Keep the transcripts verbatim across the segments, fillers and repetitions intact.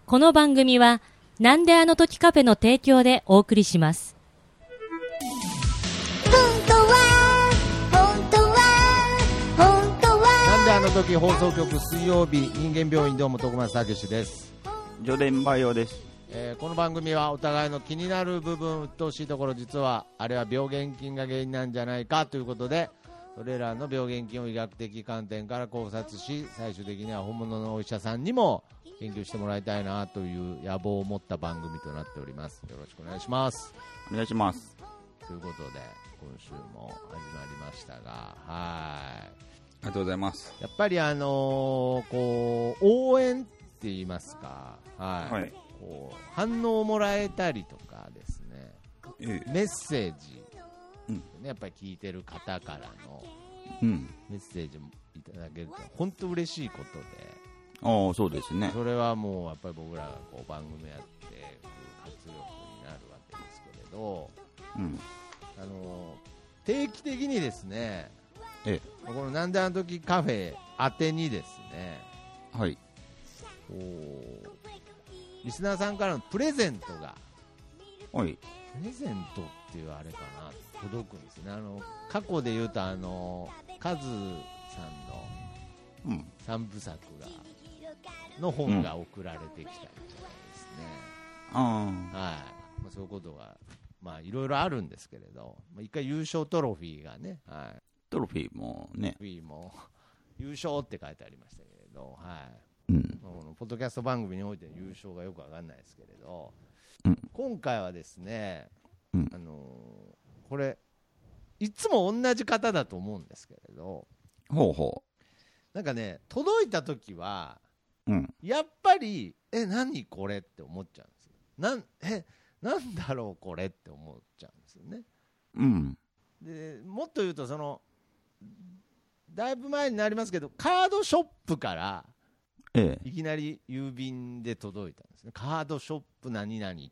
この番組はなんであの時カフェの提供でお送りします。 本当は本当は本当はなんであの時放送局水曜日、人間病院どうも徳松武史です。 ジョデンバイオです。 えーこの番組はお互いの気になる部分、鬱陶しいところ、実はあれは病原菌が原因なんじゃないかということで、それらの病原菌を医学的観点から考察し、最終的には本物のお医者さんにも研究してもらいたいなという野望を持った番組となっております。よろしくお願いします。 お願いします。 ということで今週も始まりましたが、はい、 ありがとうございます。 やっぱりあのーこう応援って言いますか、はい、 はい。 こう反応をもらえたりとかですね、 ええ、 メッセージ、 うんね、やっぱり聞いてる方からのうん。 メッセージもいただけると本当嬉しいことで、 ああ、そうですね。 それはもうやっぱり僕らがこう番組やっていく活力になるわけですけれど、 うん。 あの定期的にですね、 えこのなんであの時カフェ宛てにですね、 え、はい。 こうリスナーさんからのプレゼントが、 はい。 プレゼントっていうあれかな、届くんですね。あの過去で言うとあのカズさんのうん。 三部作がの本が送られてきたりとかですね、 あはい、まあ、そういうことがまあいろいろあるんですけれど、まあ、一回優勝トロフィーがね、はい、 トロフィーもね。 トロフィーも優勝って書いてありましたけれど、はい、 うん。 まあ、このポッドキャスト番組においての優勝がよくわかんないですけれど、 うん、 今回はですね、 うん、 あのーこれいつも同じ方だと思うんですけれど、 ほうほなんかね、届いた時はう。うん。 やっぱりえ何これって思っちゃうんですよ。なんえなんだろうこれって思っちゃうんですよね。 うん。 でもっと言うと、そのだいぶ前になりますけど、カードショップからええ。 いきなり郵便で届いたんですね。カードショップ何々っていう、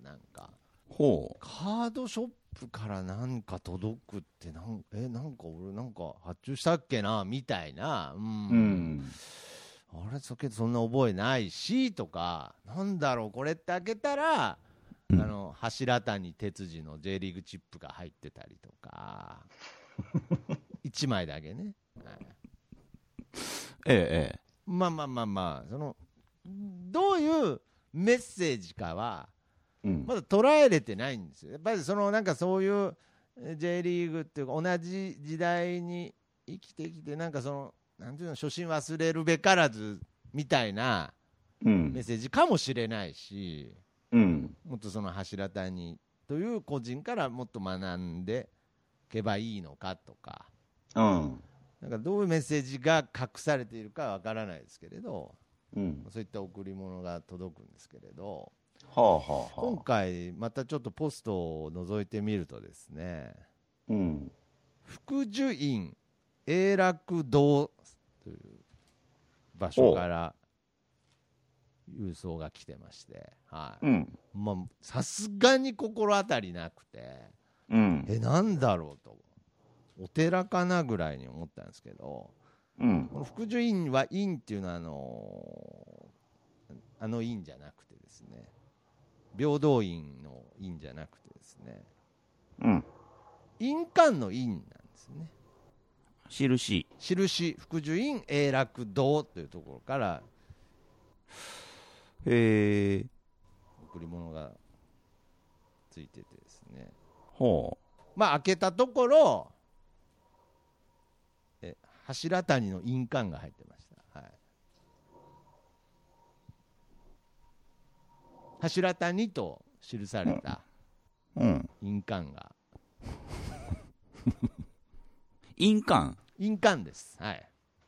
なんかほカードショップからなんか届くってなんえなんか俺なんか発注したっけなみたいな、うん、 う。うん。 あれそけそんな覚えないしとか、なんだろうこれって開けたら、 うん、 あの柱谷哲司の J リーグチップが入ってたりとかいちまいだけね、はい、 ええ、ええ。 まあまあまあまあ、そのどういうメッセージかはうん。 まだ捉えれてないんですよ。やっぱりそのなんかそういう J リーグっていうか同じ時代に生きてきて、なんかそのなんていうの、初心忘れるべからずみたいなうんメッセージかもしれないし、 うん。 もっとその柱谷という個人からもっと学んでいけばいいのかとか、 うん。 なんかどういうメッセージが隠されているかわからないですけれど、 うん。 そういった贈り物が届くんですけれど、 はあはあはあ。 今回またちょっとポストを覗いてみるとですね、 うん。 福寿院永楽堂という場所から郵送が来てまして、はい、 うん。 まあさすがに心当たりなくて、 うん。 えなんだろうと、お寺かなぐらいに思ったんですけど、 うん。 この福寿院は院っていうのはあのあの院じゃなくてですね、平等院の院じゃなくてですね、 うん。 印鑑の院なんですね。 印。 印福寿院永楽堂というところからへえ。 贈り物がついててですね、 ほまあ開けたところえ柱谷の印鑑が入ってました、はい、柱谷と記されたう。うん。 印鑑が、 印鑑。 印鑑です、はい、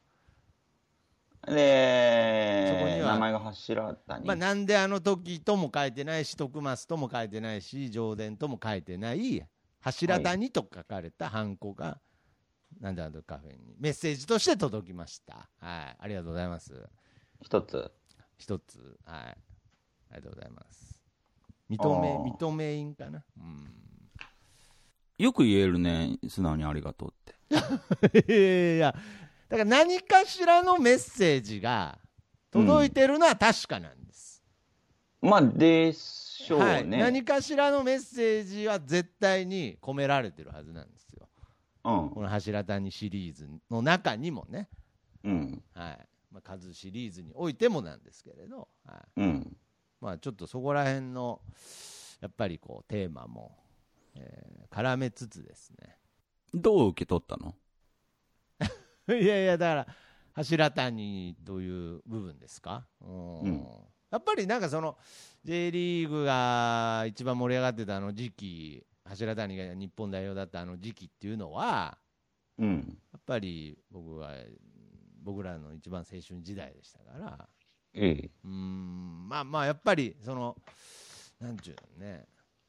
で、 そこには名前が柱谷。 まあ、なんであの時とも書いてないし、徳増とも書いてないし、上田とも書いてない柱谷と書かれたハンコが、なんであの時カフェにメッセージとして届きました。はい、ありがとうございます。 一つ。 一つ、はい、ありがとうございます。認め認め印かな、うん、 よく言えるね、素直にありがとうっていやいや、だから何かしらのメッセージが届いてるのは確かなんです、 まあ、でしょうね。 はい、何かしらのメッセージは絶対に込められてるはずなんですよ。うん、この柱谷シリーズの中にもね。うん。はい。まあ、数シリーズにおいてもなんですけれど、はい。うん。まあ、ちょっとそこら辺の、やっぱりこう、テーマも、えー、絡めつつですね。 どう受け取ったの？ いやいや、だから、柱谷という部分ですか。うん、うん、やっぱりなんかその J リーグが一番盛り上がってたあの時期、柱谷が日本代表だったあの時期っていうのは、うん、やっぱり僕は僕らの一番青春時代でしたから、うん、うんまあまあやっぱりそのなんていうのね、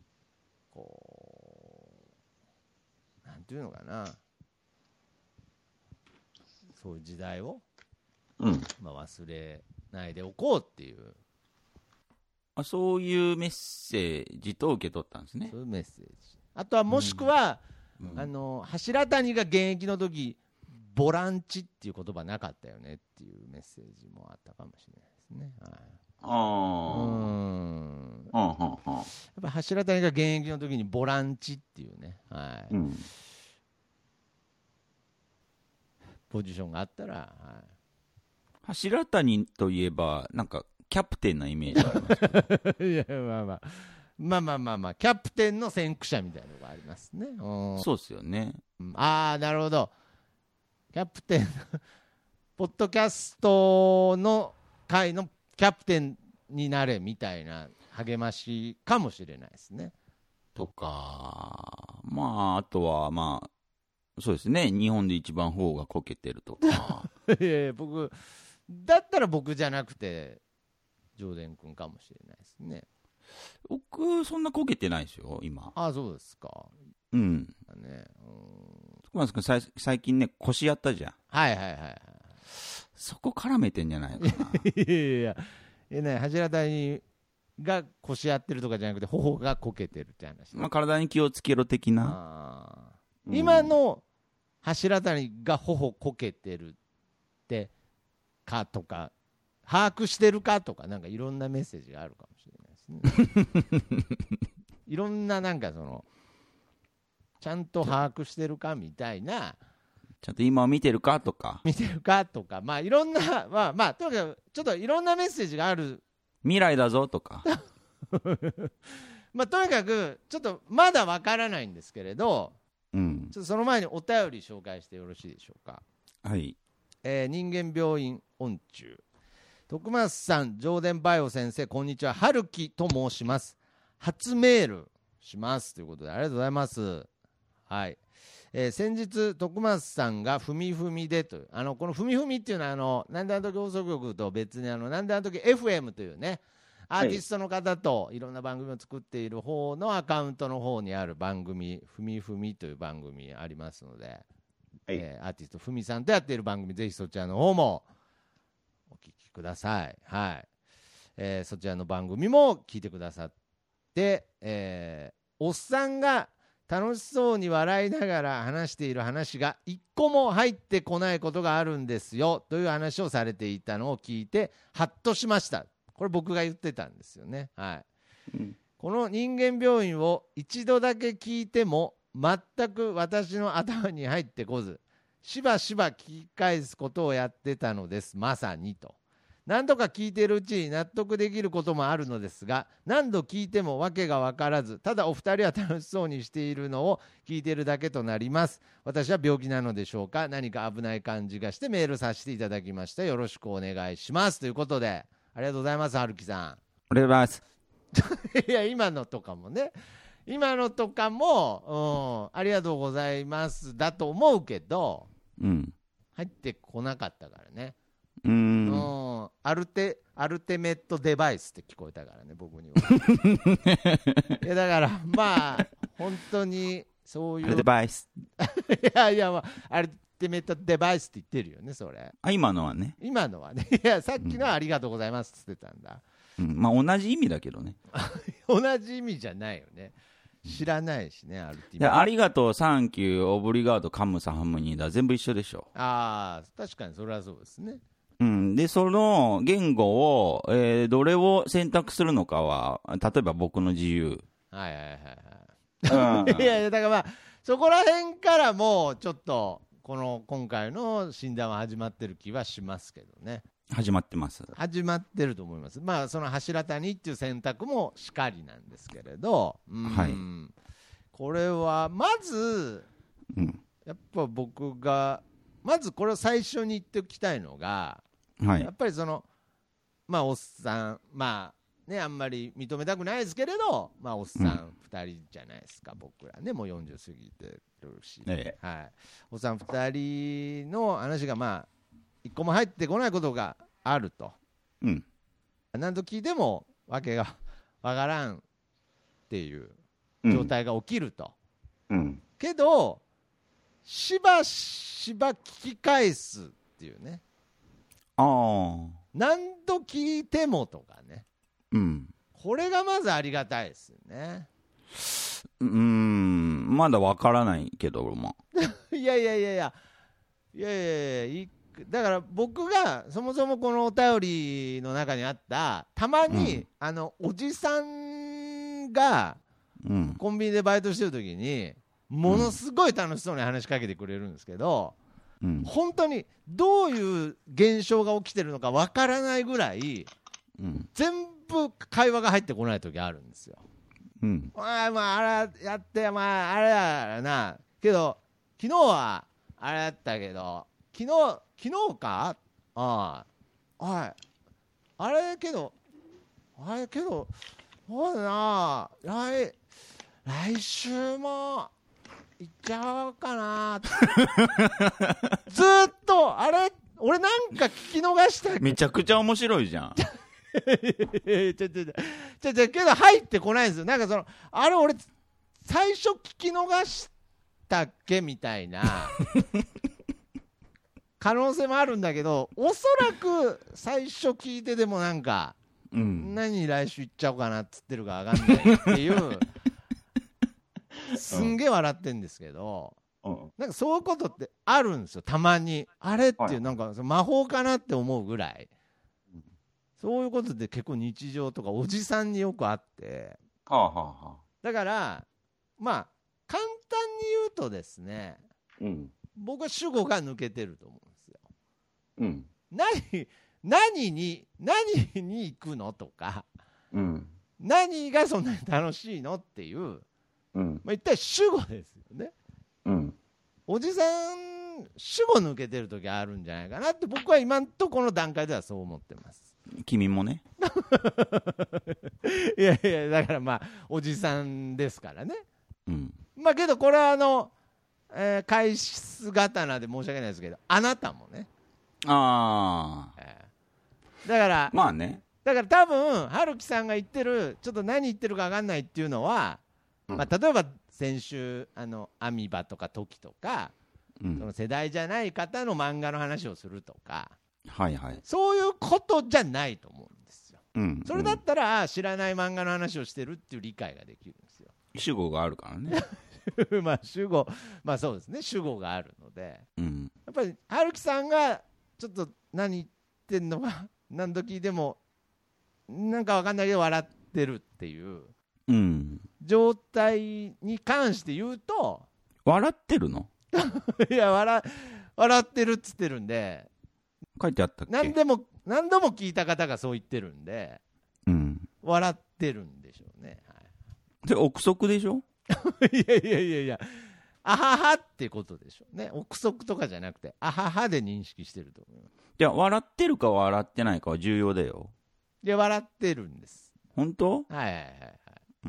こうなんていうのかな。そういう時代を、うんまあ、忘れないでおこうっていうあ、そういうメッセージと受け取ったんですね。 そういうメッセージ。あとはもしくは、うん、あの柱谷が現役の時ボランチっていう言葉なかったよねっていうメッセージもあったかもしれないですね。はい、あうんあははやっぱ柱谷が現役の時にボランチっていうね、はいうんポジションがあったら、はい、 柱谷といえばなんかキャプテンなイメージありますけどいやまあまあまあまあまあまあキャプテンの先駆者みたいなのがありますね。 そうですよね。 ああなるほど。キャプテンポッドキャストの会のキャプテンになれみたいな励ましかもしれないですね。 とかまああとはまあそうですね、日本で一番頬がこけてるとかいやいや僕だったら僕じゃなくて上田君かもしれないですね。 僕そんなこけてないですよ今。 ああそうですか。 うんね、うん最最近ね腰やったじゃん。 はいはいはいはい。 そこ絡めてんじゃないかな。いやいやいやね柱谷が腰やってるとかじゃなくて頬がこけてるって話、ね、 まあ体に気をつけろ的な。 あ今の柱谷が頬こけてるってかとか把握してるかとかなんかいろんなメッセージがあるかもしれないですねいろんななんかそのちゃんと把握してるかみたいなちゃんと今見てるかとか見てるかとかまあいろんなまあまあとにかくちょっといろんなメッセージがある未来だぞとかまあとにかくちょっとまだわからないんですけれどうん、ちょっとその前にお便り紹介してよろしいでしょうか。 はい、 えー、人間病院音中徳松さん上田バイオ先生こんにちは春樹と申します。初メールしますということでありがとうございます。はい、えー、先日徳松さんがふみふみでというあのこのふみふみっていうのはあのなんであの時放送局と別にあのなんであの時 エフエム というねアーティストの方といろんな番組を作っている方のアカウントの方にある番組ふみふみという番組ありますので、はいえー、アーティストふみさんとやっている番組ぜひそちらの方もお聞きください、はいえー、そちらの番組も聞いてくださって、えー、おっさんが楽しそうに笑いながら話している話が一個も入ってこないことがあるんですよという話をされていたのを聞いてハッとしました。これ僕が言ってたんですよね、はいうん、この人間病院を一度だけ聞いても全く私の頭に入ってこずしばしば聞き返すことをやってたのですまさにと何度か聞いているうちに納得できることもあるのですが何度聞いても訳が分からずただお二人は楽しそうにしているのを聞いているだけとなります。私は病気なのでしょうか。何か危ない感じがしてメールさせていただきました。よろしくお願いしますということでありがとうございます。春樹さん。 ありがとうございます。 いや今のとかもね、今のとかも、うん、ありがとうございますだと思うけど、うん、入ってこなかったからね。うーん、うん、アルテアルテメットデバイスって聞こえたからね僕には。いやだからまあ本当にそういうデバイス。 いやいやまあアルテメットデバイスって言ってるよねそれ。 あ今のはね。 今のはね。いやさっきのはありがとうございますって言ってたんだ。 うん、まあ同じ意味だけどね。 同じ意味じゃないよね。知らないしね、アルティメット。ありがとう、サンキュー、オブリガード、カムサハムニーだ、全部一緒でしょ。 ああ、確かにそれはそうですね。 うん。で、その言語を、えー、どれを選択するのかは、例えば僕の自由。 はいはいはいはい。いやいや、だからまあ、そこら辺からもうちょっと、この今回の診断は始まってる気はしますけどね。 始まってます。 始まってると思います。まあ、その柱谷っていう選択もしかりなんですけれど、うん、 はい。 これは、まず、うん、やっぱ僕が、まずこれを最初に言っておきたいのが、はい、やっぱりその、まあ、おっさん、まあ、ね、あんまり認めたくないですけれど、まあ、おっさんふたりじゃないですか、うん、僕らね、もうよんじゅう過ぎてるし、ええ、はい、おっさんふたりの話が、まあ、一個も入ってこないことがあると、うん、何度聞いても訳がわからんっていう状態が起きると、うんうん、けどしばしば聞き返すっていうね、あ何度聞いてもとかね、うん、これがまずありがたいですよね。 うーん、まだわからないけどもいやいやいやいやいやいやいや、だから僕がそもそもこのお便りの中にあったたまに、うん、あのおじさんがコンビニでバイトしてる時にものすごい楽しそうに話しかけてくれるんですけど、うん、本当にどういう現象が起きてるのかわからないぐらい、うん、全部会話が入ってこない時あるんですよ、うん、あ, まああれやってまああれやなけど昨日はあれやったけど昨日昨日かああはいあれけどあれけどそうだな来来週も行っちゃおうかなずーっとあれ俺なんか聞き逃したっけ。 めちゃくちゃ面白いじゃんちょちょちょちょけど入ってこないんですよ。なんかそのあれ俺最初聞き逃したっけみたいな可能性もあるんだけど、おそらく最初聞いてでもなんか、うん、何来週行っちゃおうかなっつってるか分かんないっていうすんげえ笑ってんですけど、うん、なんかそういうことってあるんですよたまに。あれっていうなんか魔法かなって思うぐらい、うん、そういうことって結構日常とかおじさんによくあって、はあはあはあ、だからまあ簡単に言うとですね、うん、僕は主語が抜けてると思うんですよ、うん、何, 何に何に行くのとか、うん、何がそんなに楽しいのっていう、うんまあ、一体主語ですよね、うん、おじさん主語抜けてる時あるんじゃないかなって僕は今んとこの段階ではそう思ってます。 君もねいやいやだからまあおじさんですからね、うん、まあけどこれはあのえー、返す刀で申し訳ないですけどあなたもねあ、えー、だからまあねだから多分春樹さんが言ってるちょっと何言ってるか分かんないっていうのは、うんまあ、例えば先週あのアミバとかトキとか、うん、その世代じゃない方の漫画の話をするとか、はいはい、そういうことじゃないと思うんですよ、うん、それだったら、うん、知らない漫画の話をしてるっていう理解ができるんですよ。 主語があるからねまあ主語まあそうですね主語があるので、うん、やっぱり春樹さんがちょっと何言ってんのか何度聞いてもなんか分かんないけど笑ってるっていう状態に関して言うと、 笑ってるのいや 笑, 笑ってるっつってるんで書いてあったっけ。 何でも何度も聞いた方がそう言ってるんで、うん、笑ってるんでしょうね、はい、 で憶測でしょいやいやいやいやあははってことでしょうね。憶測とかじゃなくてあははで認識してると思います。 いや笑ってるか笑ってないかは重要だよ。 いや笑ってるんです。 本当？ はいはいはいはい、 うん、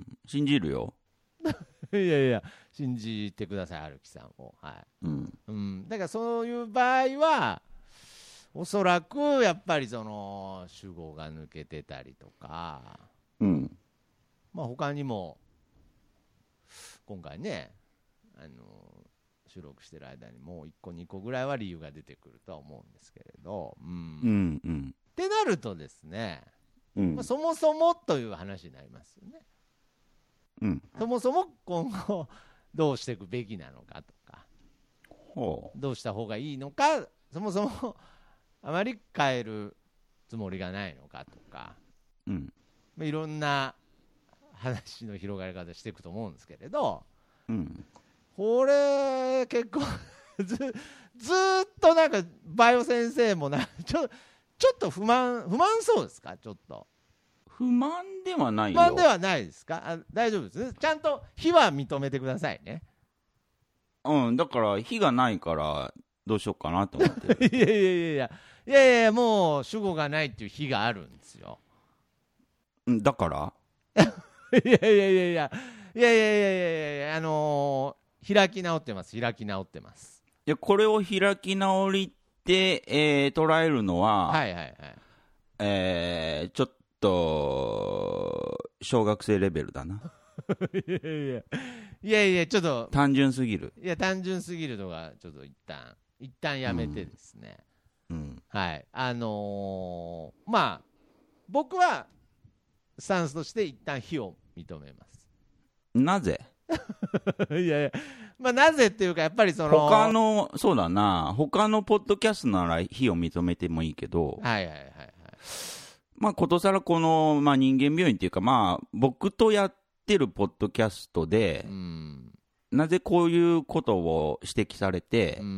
信じるよいやいや信じてください春樹さんを、はいうんうん、だからそういう場合はおそらくやっぱりその主語が抜けてたりとか、うんまあ、他にも今回ねあの収録してる間にもういっこにこぐらいは理由が出てくるとは思うんですけれど、うんうんうん、ってなるとですね、うんまあ、そもそもという話になりますよね、うん、そもそも今後どうしていくべきなのかとかほうどうした方がいいのかそもそもあまり変えるつもりがないのかとか、 うんまあ、いろんな話の広がり方していくと思うんですけれど、 うんこれ結構ずずーっとなんかバイオ先生もなちょちょっと不満不満そうですか？ちょっと不満ではない不よ。 満ではないですか？あ、大丈夫です。ちゃんと非は認めてくださいね。 うん、だから火がないからどうしようかなと思ってる。 いやいやいやいやいやいや、もう主語がないっていう日があるんですよ。 うんだからいやいやいやいやいやいやいやいやいや、あのー、開き直ってます。開き直ってます。 いやこれを開き直りって、えー、捉えるのは、 はいはいはい。 えー、ちょっと小学生レベルだな。 いやいやいやいやいや、ちょっと単純すぎる。 いや単純すぎるのがちょっと一旦一旦やめてですね、 うんはい、あのー、まあ僕はスタンスとして一旦非を認めます。 なぜいやいや、まあなぜっていうかやっぱりその他のそうだな他のポッドキャストなら非を認めてもいいけど、 はいはいはいはい、 まあことさらこの、まあ、人間病院っていうか、まあ僕とやってるポッドキャストで、 うん、 なぜこういうことを指摘されて、 うん、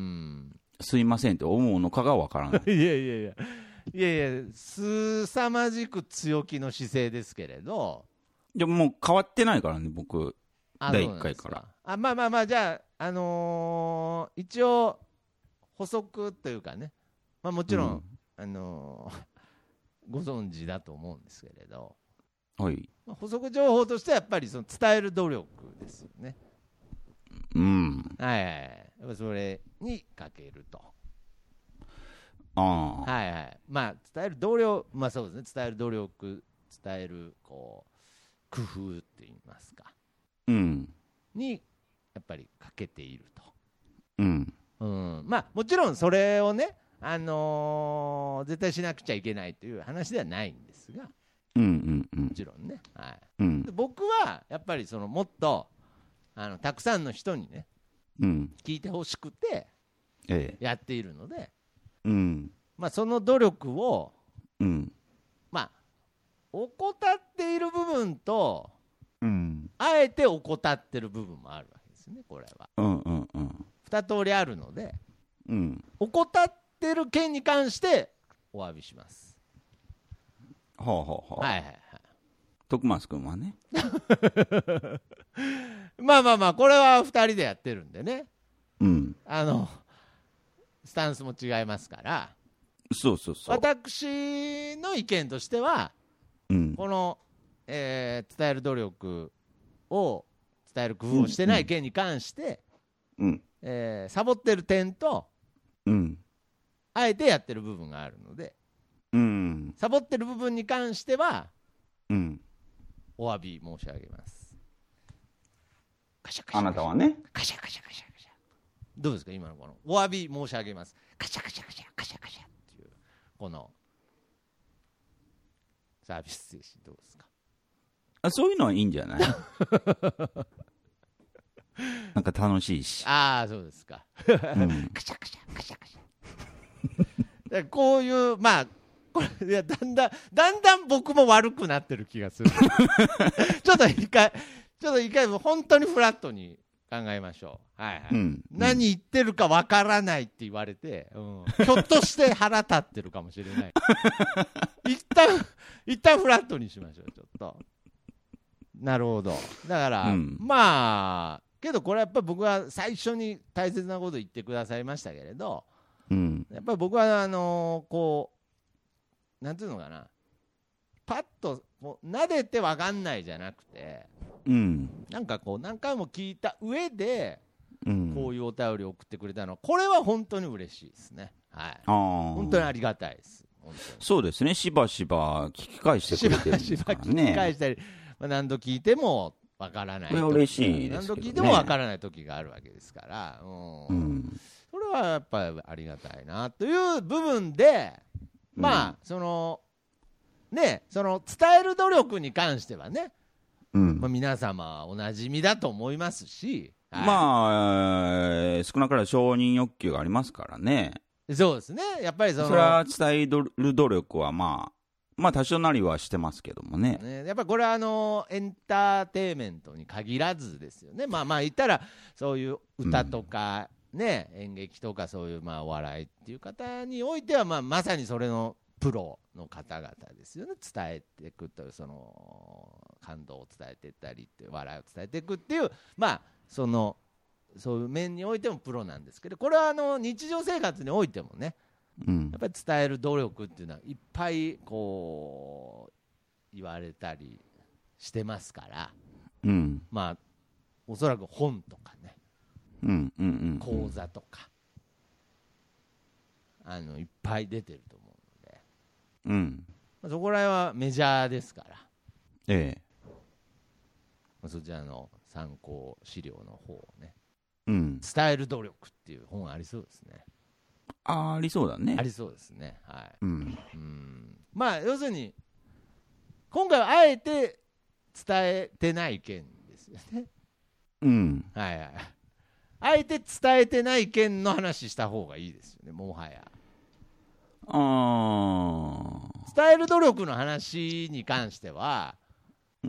すいませんって思うのかがわからない。 いやいやいやいやいや、すさまじく強気の姿勢ですけれど、 でももう変わってないからね僕あだいいっかいから。 あ、まあまあまあ、じゃあ、あのー、一応補足というかね、まあ、もちろん、うん、あのー、ご存知だと思うんですけれど、 はい、 まあ、補足情報としてはやっぱりその伝える努力ですよね。 うん、 はいはいはい、やっぱそれにかけると。 あはいはい、まあ伝える努力、まあそうですね、伝える努力、伝えるこう工夫って言いますか、 うん、 にやっぱりかけていると。 うん、 うん、まあもちろんそれをね、あのー、絶対しなくちゃいけないという話ではないんですが、 うんうんうん、 もちろんね、はい、 うん、 で僕はやっぱりそのもっとあのたくさんの人にね、 うん、 聞いてほしくてやっているので、ええ、 うん、 まあ、その努力を、 うん、 まあ怠っている部分と、 うん、 あえて怠ってる部分もあるわけですね、これは。 うんうんうん、 二通りあるので、 うん、 怠ってる件に関してお詫びします。 ほうほうほう、 はいはいはい。 徳松君はねまあまあまあ、これはふたりでやってるんでね、 うん、 あのスタンスも違いますから、 そうそうそう、 私の意見としては、 うん、 この、えー、伝える努力を伝える工夫をしてない件に関して、 うん、 えー、サボってる点と、 うん、 あえてやってる部分があるので、 うん、 サボってる部分に関しては、 うん、 お詫び申し上げます。カシャカシャあなたはね、 カシャカシャカシャカシャ、どうですか今のこのお詫び申し上げます、カシャカシャカシャカシャカシャっていうこのサービス精神どうですか？ あ、そういうのはいいんじゃないなんか楽しいし、 ああそうですか、 うん、 カシャカシャカシャカシャでこういうまあこれいやだんだんだんだん僕も悪くなってる気がするちょっと一回ちょっと一回本当にフラットに考えましょう。はいはい。 うん、 何言ってるかわからないって言われて、うん、ひょっとして腹立ってるかもしれない。一旦一旦フラットにしましょうちょっと。なるほど。だから、うん、まあけどこれやっぱり僕は最初に大切なこと言ってくださいましたけれど、うん、やっぱり僕はあのー、こうなんていうのかな、パッともう撫でてわかんないじゃなくて。うん、なんかこう何回も聞いた上で、うん、こういうお便りを送ってくれたのはこれは本当に嬉しいですね、はい、あ本当にありがたいです。 そうですね、しばしば聞き返してくれてるんですからね。しばしば聞き返したり、 まあ、何度聞いてもわからない、 これは嬉しいですけどね、 何度聞いてもわからない時があるわけですから、うんうん、それはやっぱりありがたいなという部分で、まあ、うん、そのね、その伝える努力に関してはね、うんまあ、皆様おなじみだと思いますし、はい、 まあ、えー、少なからず承認欲求がありますからね。 そうですね。やっぱりその。 それは伝える努力はまあ、まあ多少なりはしてますけどもね。 ね、やっぱりこれはあのエンターテインメントに限らずですよね。まあまあ言ったらそういう歌とかね、うん、演劇とかそういうまあお笑いっていう方においてはまあまさにそれのプロの方々ですよね。伝えていくというその感動を伝えていったりって笑いを伝えていくっていうまあそのそういう面においてもプロなんですけど、これはあの日常生活においてもね。 うん、 やっぱり伝える努力っていうのはいっぱいこう言われたりしてますから、 うん、 まあおそらく本とかね、 うんうんうん、 講座とかあのいっぱい出てると思うので、 うんまあ、そこら辺はメジャーですから、 ええ、 まあ、そちらの参考資料の方をね、 うん、 伝える努力っていう本ありそうですね。 あ, ありそうだね。 ありそうですね。はい。 うん。 うん。まあ要するに今回はあえて伝えてない件ですよね。 うん。 はいはい。あえて伝えてない件の話した方がいいですよね。もはや。 ああ。 伝える努力の話に関しては、 うん。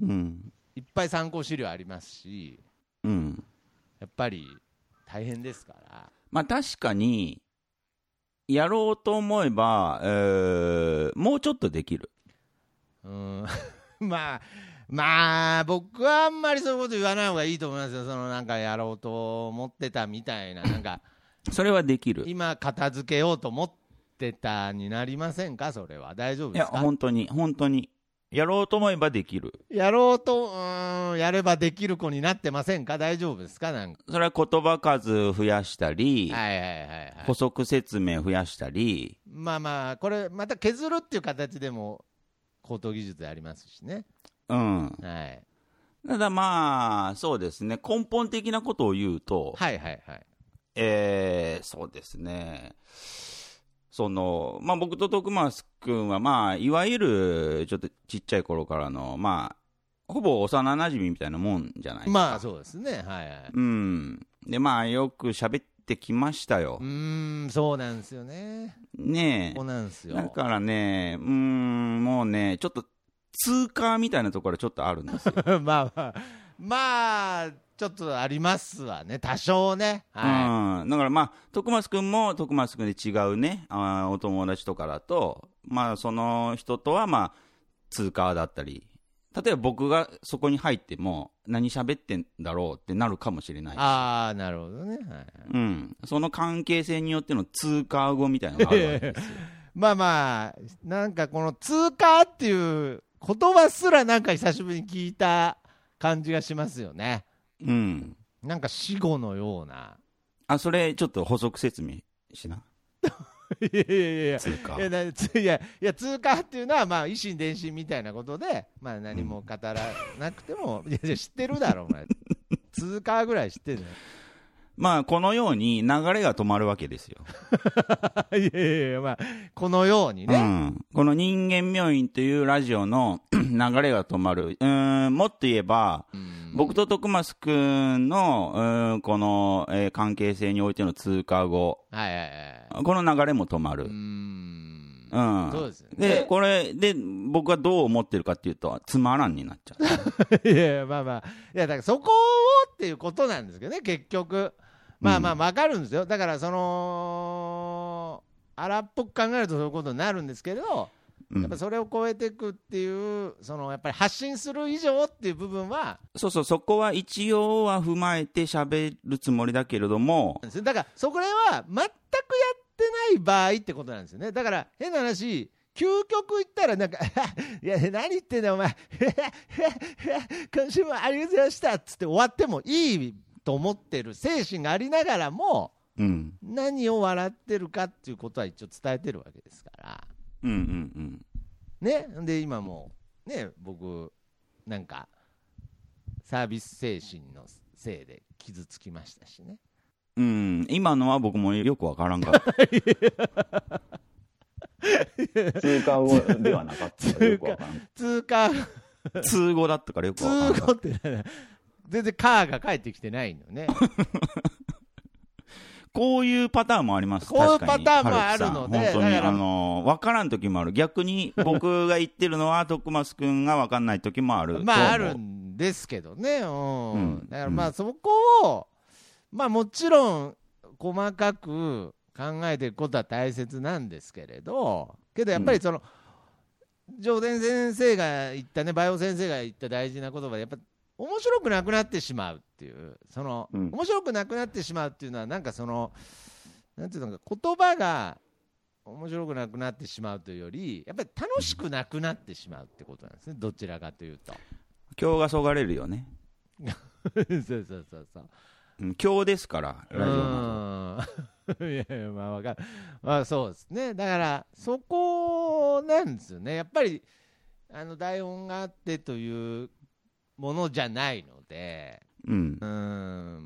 いっぱい参考資料ありますし、 うん。 やっぱり大変ですから。 まあ確かに。やろうと思えば、えー、もうちょっとできる。 うーんまあまあ僕はあんまりそういうこと言わない方がいいと思いますよ。そのなんかやろうと思ってたみたいな、なんかそれはできる。 今片付けようと思ってたになりませんか。それは大丈夫ですか。 いや本当に本当にやろうと思えばできる。 やろうとうーんやればできる子になってませんか。大丈夫ですか。なんかそれは言葉数増やしたり、 はいはいはい、はい、 補足説明増やしたり、 まあまあこれまた削るっていう形でも高等技術でありますしね。 うん、 はい。 ただまあそうですね、根本的なことを言うと、 はいはいはい、 えー、そうですね、そのまあ、僕と徳松君は、まあ、いわゆるちょっとちっちゃい頃からの、まあ、ほぼ幼なじみみたいなもんじゃないですか。 まあそうですね、はいはい、 うん、でまあよく喋ってきましたよ。 うーん、そうなんですよね。 ねえ、 そうなんですよ。 だからね、うーん、もうね、ちょっと通過みたいなところちょっとあるんですよ。 まあまあまあちょっとありますわね、多少ね。 はい、うん、だからまあ徳松君も徳松君で違うね、あお友達とかだと、まあその人とはまあ通過だったり、例えば僕がそこに入っても何喋ってんだろうってなるかもしれないし。 ああ、なるほどね、はいはい、 うん、その関係性によっての通過語みたいなのがあるわけですよ。 まあまあなんかこの通過っていう言葉すらなんか久しぶりに聞いた感じがしますよね。 うん、 なんか死語のような。 あ、それちょっと補足説明しな。 いやいやいや通過。 いやいやいや通過っていうのはまあ維心伝心みたいなことで、まあ何も語らなくても、うん、いやいや知ってるだろお前通過ぐらい知ってるね。 まあこのように流れが止まるわけですよ。 いやいやいや、まあこのようにね、 うん、この人間病院というラジオの流れが止まる。うーん、もっと言えば、うん、僕と徳増くんのうーんこの、えー、関係性においての通過後、はいはいはい、この流れも止まる。うーん、うん、そうですよね。でこれで僕はどう思ってるかっていうと、つまらんになっちゃう。 いやいや、まあまあ、いやだからそこをっていうことなんですけどね、結局。まあまあ分かるんですよ、うん、だからその荒っぽく考えるとそういうことになるんですけど、うん、やっぱそれを超えていくっていう、そのやっぱり発信する以上っていう部分は、 そうそう、そこは一応は踏まえて喋るつもりだけれども、 だからそこは全くやってない場合ってことなんですよね。だから変な話、究極言ったらなんかいや何言ってんだお前今週もありがとうございましたっつって終わってもいいと思ってる精神がありながらも、うん、何を笑ってるかっていうことは一応伝えてるわけですから、 うんうんうんね、で今もね僕なんかサービス精神のせいで傷つきましたしね。 うん、今のは僕もよくわからんかった通過語ではなかったからよくわからん。 通過通語だったからよくわからんかった。 通語って全然カーが返ってきてないのねこういうパターンもあります。 こういう確かにパターンもあるので春樹さん本当にだからあの分からん時もある。逆に僕が言ってるのは徳増君が分かんない時もある。 まああるんですけどね、うんうん、 だからまあそこを、まあもちろん細かく考えていくことは大切なんですけれど、けどやっぱりその、うん、上田先生が言ったね、バイオ先生が言った大事な言葉で、やっぱ面白くなくなってしまうっていう、その、うん、面白くなくなってしまうっていうのは、なんかその、なんていうのか、言葉が面白くなくなってしまうというより、やっぱり楽しくなくなってしまうってことなんですね、どちらかというと。 今日がそがれるよね。 そうそうそうそう。 うん、今日ですから、ラジオの。 いやいや、まあわかる。まあそうですね。だから、そこなんですよね。やっぱり、あの、台本があってというものじゃないので、 うん。 うん、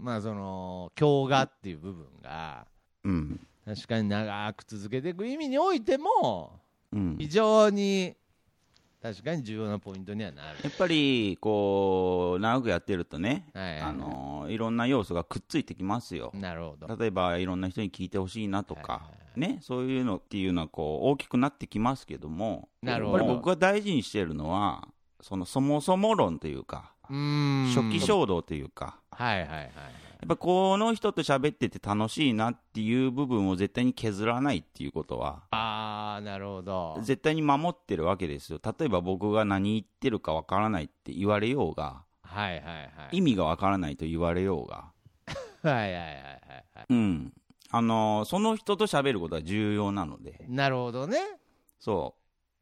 まあその、今日がっていう部分が、 うん。 確かに長く続けていく意味においても、 うん、 非常に、確かに重要なポイントにはなる。 やっぱりこう長くやってるとね、 はいはいはい、 あのいろんな要素がくっついてきますよ。 なるほど。 例えばいろんな人に聞いてほしいなとか、 はいはいはい、 ね、そういうのっていうのはこう大きくなってきますけども、 なるほど。 やっぱり僕が大事にしているのはそのそもそも論というか、 うーん、 初期衝動というか、 はいはいはい。 やっぱこの人と喋ってて楽しいなっていう部分を絶対に削らないっていうことは、 ああ、なるほど。 絶対に守ってるわけですよ。例えば僕が何言ってるかわからないって言われようが、 はいはいはい、 意味がわからないと言われようが、 はいはいはいはい、 うん、あのー、その人と喋ることは重要なので。 なるほどね。 そう、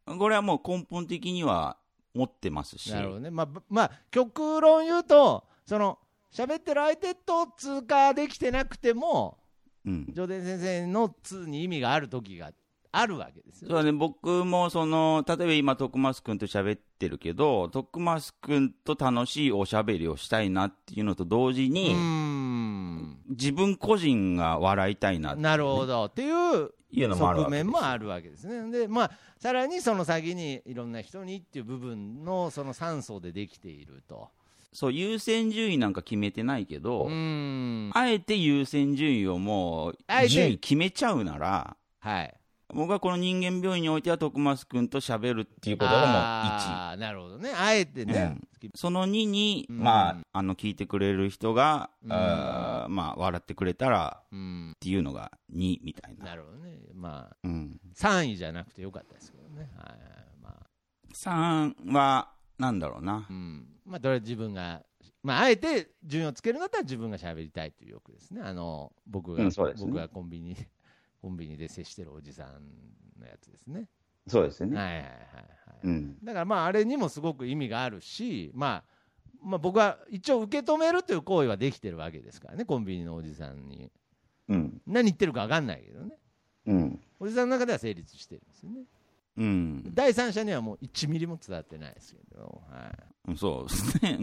これはもう根本的には持ってますし。 なるほどね。まあ、まあ、極論言うと、その喋ってる相手と通過できてなくても、うん、上田先生の通に意味がある時があるわけですよ。 そうね、僕もその例えば今徳増君と喋ってるけど、徳増君と楽しいおしゃべりをしたいなっていうのと同時に、うーん、自分個人が笑いたいなって、ね、 なるほどっていう側面もあるわけですね。で、まあ、さらにその先にいろんな人にっていう部分のその三層でできていると。 そう、優先順位なんか決めてないけど、うーん、あえて優先順位をもう順位決めちゃうなら、はい、僕はこの人間病院においては徳増君と喋るっていうことがもういち。ああ、なるほどね。あえてね、 うん、そのにに、うん、まあ、あの聞いてくれる人が、うん、あまあ、笑ってくれたら、うん、っていうのがにみたいな。 なるほどね。まあ、うん、さんいじゃなくてよかったですけどね。はい、まあ、 さんはなんだろうな、 うん、まあ、どれ自分が、まあ、あえて順位をつけるんだったら自分が喋りたいという欲ですね。あの僕が、うん、そうですね、僕がコンビニコンビニで接してるおじさんのやつですね。 そうですね。 はいはいはい、はい、うん、だからまああれにもすごく意味があるし、まあ、まあ僕は一応受け止めるという行為はできてるわけですからね、コンビニのおじさんに、うん、何言ってるか分かんないけどね、うん、おじさんの中では成立してるんですよね。うん、第三者にはもういちミリも伝わってないですけど、はい、 そうですね、うん、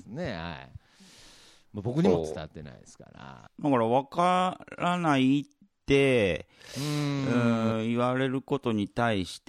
ね、はい、まあ、僕にも伝わってないですから。 だから分からないってうーん言われることに対して、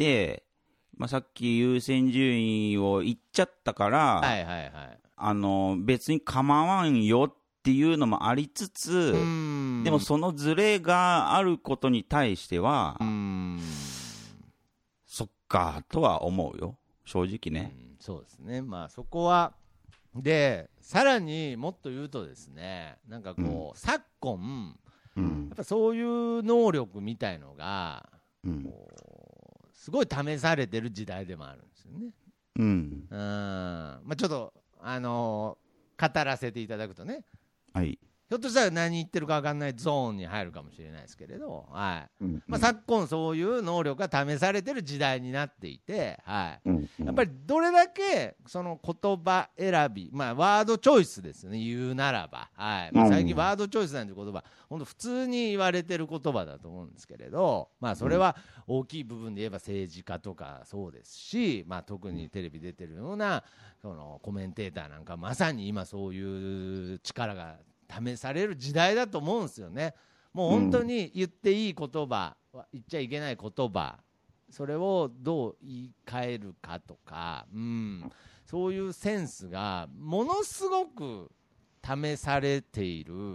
まあ、さっき優先順位を言っちゃったから、はいはいはい、あの別に構わんよっていうのもありつつ、でもそのズレがあることに対しては、うーんそっかとは思うよ、正直ね。 うん、そうですね、まあそこはで、さらにもっと言うとですね、なんかこう、うん、昨今、うん、やっぱそういう能力みたいのが、うん、こうすごい試されてる時代でもあるんですよね。うん、うんまあ、ちょっと、あのー、語らせていただくとね、はい、ひょっとしたら何言ってるか分かんないゾーンに入るかもしれないですけれど、はいうんまあ、昨今そういう能力が試されてる時代になっていて、はいうん、やっぱりどれだけその言葉選び、まあ、ワードチョイスですね、言うならば、はいまあ、最近ワードチョイスなんて言葉本当普通に言われてる言葉だと思うんですけれど、まあ、それは大きい部分で言えば政治家とかそうですし、まあ、特にテレビ出てるようなそのコメンテーターなんかまさに今そういう力が試される時代だと思うんですよね。もう本当に言っていい言葉、言っちゃいけない言葉、それをどう言い換えるかとか、うん、そういうセンスがものすごく試されている、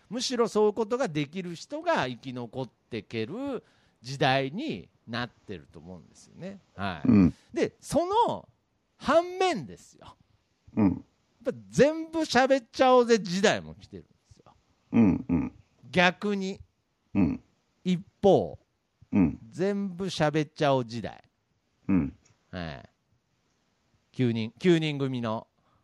むしろそういうことができる人が生き残っていける時代になってると思うんですよね。はい、 うん、 でその反面ですよ、 うん、 やっぱ全部喋っちゃおうぜ時代も来てるんですよ。 うんうん、 逆に、 うん、 一方、 うん、 全部喋っちゃおう時代、 うん、 はい、きゅうにんきゅうにん組の、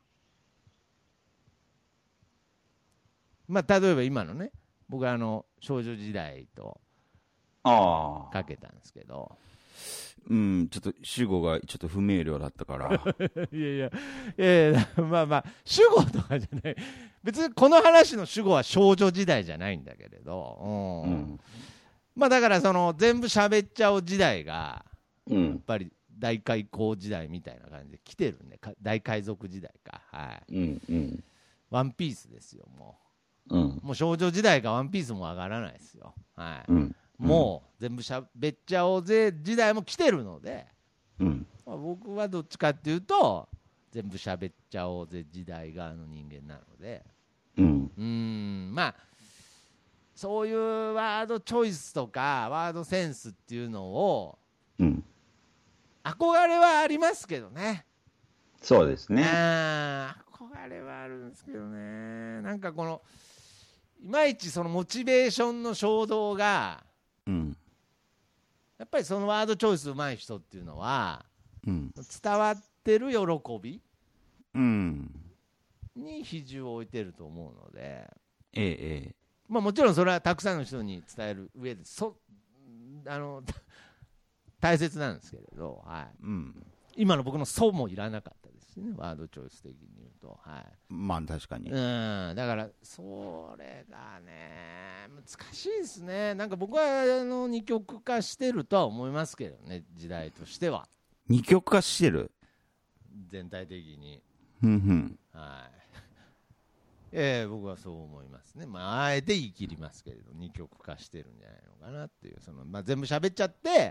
まあ例えば今のね、僕はあの少女時代とああ、 かけたんですけど、 うん、ちょっと主語がちょっと不明瞭だったからいやいやいやいや、まあまあ主語とかじゃない、別にこの話の主語は少女時代じゃないんだけれど、うん、うん、まあだからその全部喋っちゃおう時代が、うん、やっぱり大開口時代みたいな感じで来てるんで、大海賊時代か、はい、うんうん、ワンピースですよ、もう、うん、もう少女時代かワンピースも上がらないですよ、はい、うん、もう全部しゃべっちゃおうぜ時代も来てるので、うん、まあ、僕はどっちかっていうと全部しゃべっちゃおうぜ時代側の人間なので、うん、うーん、まあそういうワードチョイスとかワードセンスっていうのを、うん、憧れはありますけどね。 そうですね。 憧れはあるんですけどね。なんかこのいまいちそのモチベーションの衝動が、うん、やっぱりそのワードチョイス上手い人っていうのは、うん、伝わってる喜び、うん、に比重を置いてると思うので、ええ、まあ、もちろんそれはたくさんの人に伝える上でそあの大切なんですけれど、はい、うん、今の僕の「そう」もいらなかったですね、ワードチョイス的に言うと、はい、 まあ確かに、 うん、だからそれがね難しいですね。なんか僕はあの二極化してるとは思いますけどね、時代としては二極化してる、 全体的に、 ふんふん、 はい、えー、僕はそう思いますね。まああえて言い切りますけれど二極化してるんじゃないのかなっていう、その、まあ、全部喋っちゃって、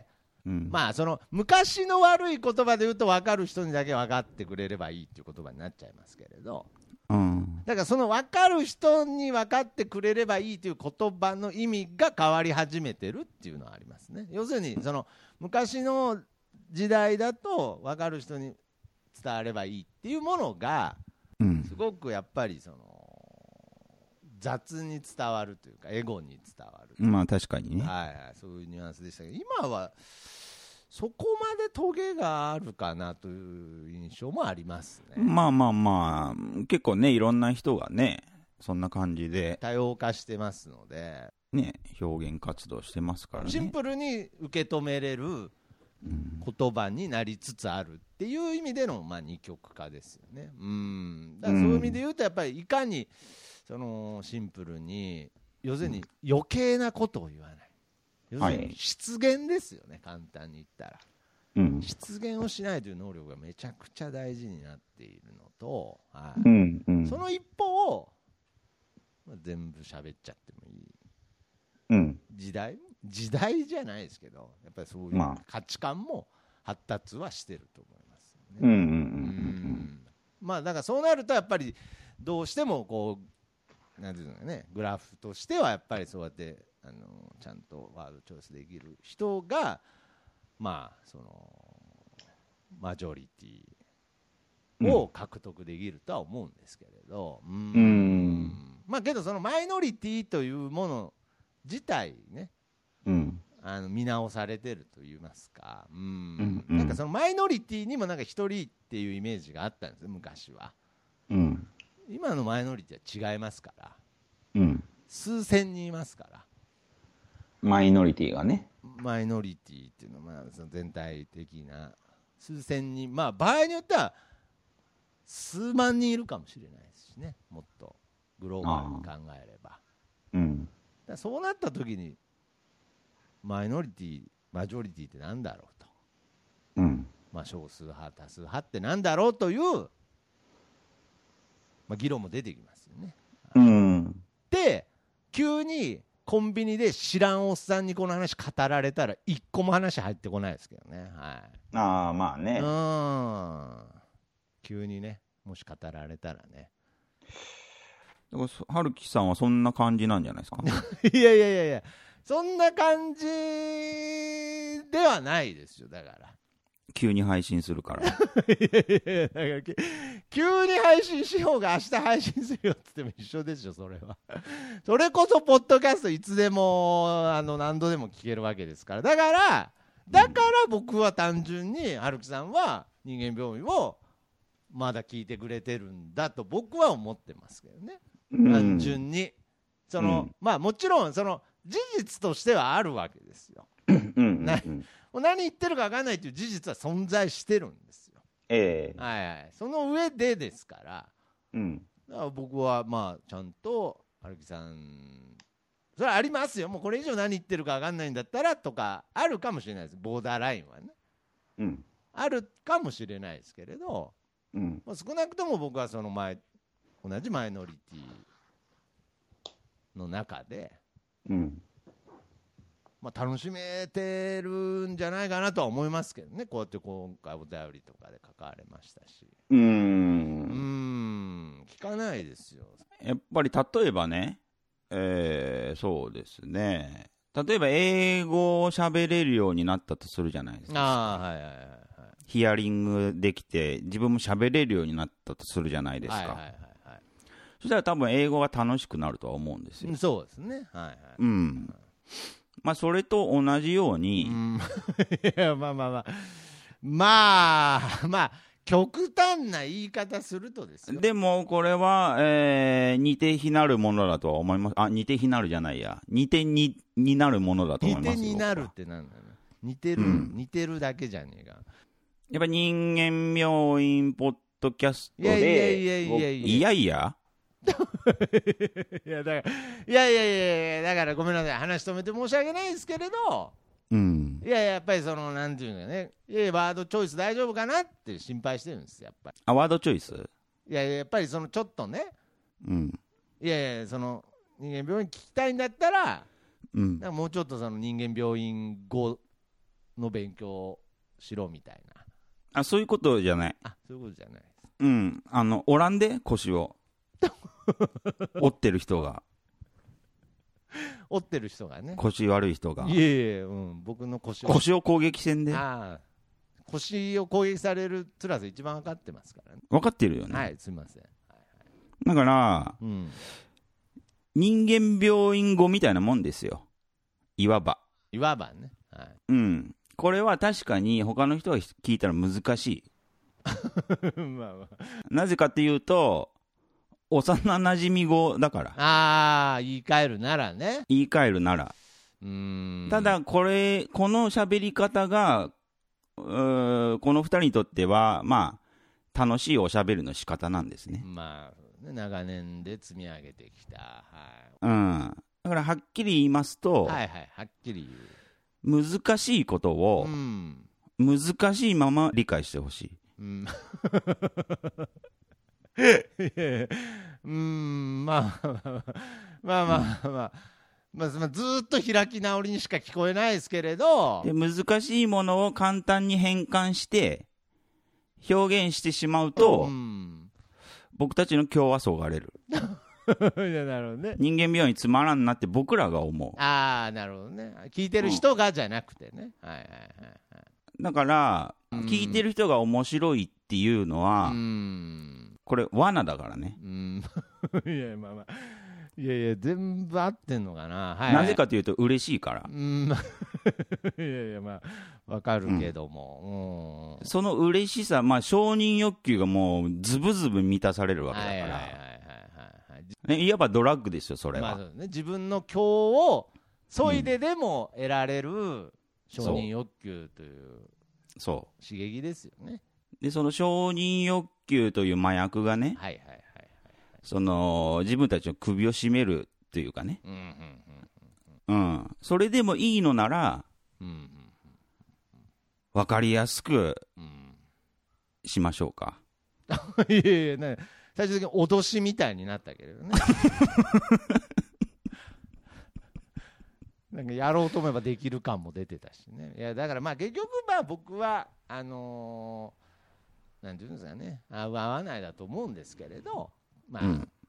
うん、まあその昔の悪い言葉で言うと分かる人にだけ分かってくれればいいっていう言葉になっちゃいますけれど、うん、だからその分かる人に分かってくれればいいという言葉の意味が変わり始めてるっていうのはありますね。要するにその昔の時代だと分かる人に伝わればいいっていうものがすごくやっぱりその雑に伝わるというかエゴに伝わる、 まあ確かにね、 はいはい、そういうニュアンスでしたけど、今はそこまでトゲがあるかなという印象もありますね。 まあまあまあ結構ね、いろんな人がねそんな感じで多様化してますのでね、表現活動してますからね、 シンプルに受け止めれる言葉になりつつあるっていう意味での、まあ、二極化ですよね。うん、だからそういう意味で言うとやっぱりいかにそのシンプルに、要するに余計なことを言わない、要するに失言ですよね、簡単に言ったら、うん、失言をしないという能力がめちゃくちゃ大事になっているのと、はい、うんうん、その一方、まあ、全部喋っちゃってもいい、うん、時代時代じゃないですけど、やっぱりそういう価値観も発達はしてると思いますよね。うんうんうんうん、まあだからそうなるとやっぱりどうしてもこうなんていうのかね、グラフとしてはやっぱりそうやってあのちゃんとワードチョイスできる人がまあそのマジョリティを獲得できるとは思うんですけれど、うん、うん、まあけどそのマイノリティというもの自体ね、うん、あの見直されてると言いますか、うん、うん、なんかそのマイノリティにもなんか一人っていうイメージがあったんですよ昔は、うん、今のマイノリティは違いますから、うん、数千人いますから、 マイノリティがね、 マイノリティっていうのはまあその全体的な数千人、まあ場合によっては数万人いるかもしれないですしね、もっとグローバルに考えれば、うん、だからそうなった時にマイノリティマジョリティってなんだろうと、うん、まあ少数派多数派ってなんだろうという、まあ、議論も出てきますよね、うん、で急にコンビニで知らんおっさんにこの話語られたら一個も話入ってこないですけどね、はい、 ああまあね、 うん、急にねもし語られたらね、 だからそ春樹さんはそんな感じなんじゃないですか。 いやいやいやいや、そんな感じではないですよ。だから急に配信するから。 いやいやいや、だからき急に配信しようが明日配信するよって言っても一緒でしょ、それは。それこそポッドキャストいつでもあの何度でも聞けるわけですから。だからだから僕は単純に春樹さんは人間病院をまだ聞いてくれてるんだと僕は思ってますけどね、単純にその、うん、まあもちろんその事実としてはあるわけですよ。うんうん、な何言ってるか分かんないという事実は存在してるんですよ、えーはいはい、その上でですから、うん、だから僕はまあちゃんと春樹さんそれはありますよ。もうこれ以上何言ってるか分かんないんだったらとかあるかもしれないです。ボーダーラインはね、うん、あるかもしれないですけれど、うんまあ、少なくとも僕はその前同じマイノリティの中で、うんまあ、楽しめてるんじゃないかなとは思いますけどね。こうやって今回お便りとかで書かれましたし、うーんうーん聞かないですよ。 やっぱり例えばね、えー、そうですね、例えば英語を喋れるようになったとするじゃないですか。あ、はいはいはいはい、ヒアリングできて自分も喋れるようになったとするじゃないですか、はいはいはいはい、そしたら多分英語が楽しくなるとは思うんですよ。 そうですね、はいはい、 うんまあ、それと同じように、うん、 いやまあまあまあまあまあ極端な言い方するとですよ。 でもこれは、えー、似て非なるものだとは思います。あ、似て非なるじゃないや、似てにになるものだと思いますよ。 似てになるってなんだろう。似てる、うん、似てるだけじゃねえか。 やっぱ人間病院ポッドキャストで、 いやいやいやいやいやいやいやいやだからいやいやいやだからごめんなさい、話止めて申し訳ないですけれど、うん、いややっぱりそのなんていうかね、いやワードチョイス大丈夫かなって心配してるんですやっぱり。 あ、ワードチョイス、 いややっぱりそのちょっとね、うん、いやいやその人間病院聞きたいんだったら、うん、なんかもうちょっとその人間病院語の勉強しろみたいな。 あ、そういうことじゃない。 あ、そういうことじゃないです。 うん、あのおらんで腰を折ってる人が折ってる人がね、 腰悪い人が、 いえいえ、うん、僕の腰を腰を攻撃せんで、 あ腰を攻撃される辛さ一番分かってますからね。 分かってるよね。 はい、すみません、はいはい、 だから、うん、人間病院語みたいなもんですよ、いわばいわばね、はい、 うん、これは確かに他の人が聞いたら難しいまあ、まあ、なぜかっていうと幼馴染語だから。 ああ、言い換えるならね。 言い換えるなら。うーん、ただこれこの喋り方がうーこの二人にとってはまあ楽しいおしゃべりの仕方なんですね。 まあ長年で積み上げてきた、はい、 うん、だからはっきり言いますと、 はいはい、はっきり言う難しいことを、うん、難しいまま理解してほしい。うんいやいやうーんまあまあまあまあまあ、まあまあ、ずーっと開き直りにしか聞こえないですけれど、 で難しいものを簡単に変換して表現してしまうと、うん、僕たちの今日はそがれるいやなるほど、ね、人間病院つまらんなって僕らが思う。 ああなるほどね、聞いてる人がじゃなくてね、うん、はいはいはいはい、 だから、うん、聞いてる人が面白いっていうのは、うんこれ罠だからね。うんいやまあまあいやいや全部合ってんのかな、はい、 なぜかというと嬉しいから。 うんいやいやまあわかるけども、 うん、その嬉しさ、まあ承認欲求がもうズブズブ満たされるわけだから、はいはいはいはい、ね、いわばドラッグですよそれは、 まあね、自分の今日をそいででも得られる承認欲求というそう刺激ですよね。 でその承認欲求という麻薬がね、はいはいはいはい、その自分たちの首を絞めるというかね、うんうんうんうん、それでもいいのなら、うんうんうん、分かりやすくしましょうか。 いやいや、ね、最終的に脅しみたいになったけれどねなんかやろうと思えばできる感も出てたしね。いやだからまあ結局まあ僕はあのーなんていうんですかね、合う合わないだと思うんですけれど、まあ、うん、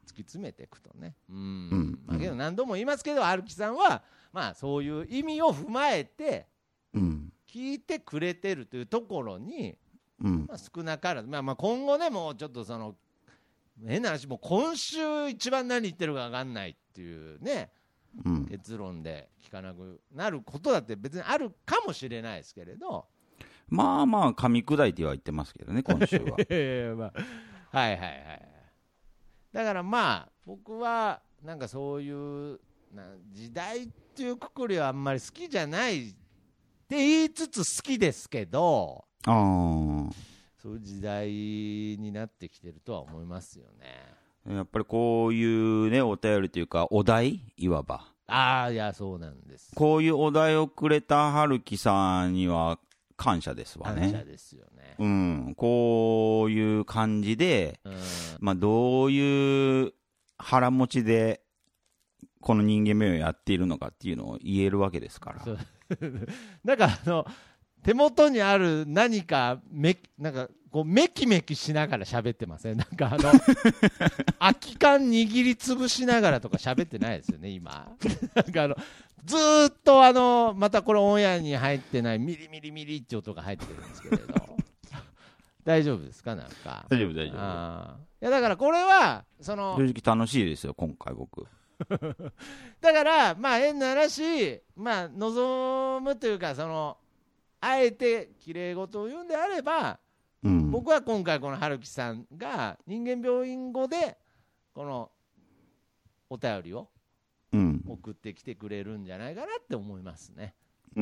突き詰めていくとね、うん、 うんまあ、けど何度も言いますけど、春樹さんは、まあ、そういう意味を踏まえて聞いてくれてるというところに、 うんまあ、少なからず、まあ、まあ今後ね、もうちょっとその変な話、もう今週一番何言ってるか分かんないっていうね、 うん、 結論で聞かなくなることだって別にあるかもしれないですけれど、 まあまあ噛み砕いては言ってますけどね、今週は。 いやいや、まあ、はいはいはい。だからまあ僕はなんかそういうな時代っていうくくりはあんまり好きじゃないって言いつつ好きですけど、 あー、 そういう時代になってきてるとは思いますよね。 やっぱりこういうね、お便りというかお題、いわばああ、いやそうなんです。 こういうお題をくれた春樹さんには感謝ですわね。 感謝ですよね。 うん、こういう感じで、 うん、 まあ、どういう腹持ちでこの人間名をやっているのかっていうのを言えるわけですから。 なんかあの手元にある何かめなんかこうメキメキしながら喋ってません？なんかあの空き缶握りつぶしながらとか喋ってないですよね今。なんかあのずーっとあのまたこれオンエアに入ってないミリミリミリって音が入ってるんですけれど大丈夫ですか？なんか大丈夫大丈夫。 あいやだからこれはその正直楽しいですよ今回僕。 だからまあ変な話、まあ望むというかそのあえてきれい事を言うんであれば、 うん、 僕は今回この春樹さんが人間病院語でこのお便りを送ってきてくれるんじゃないかなって思いますね。 うん、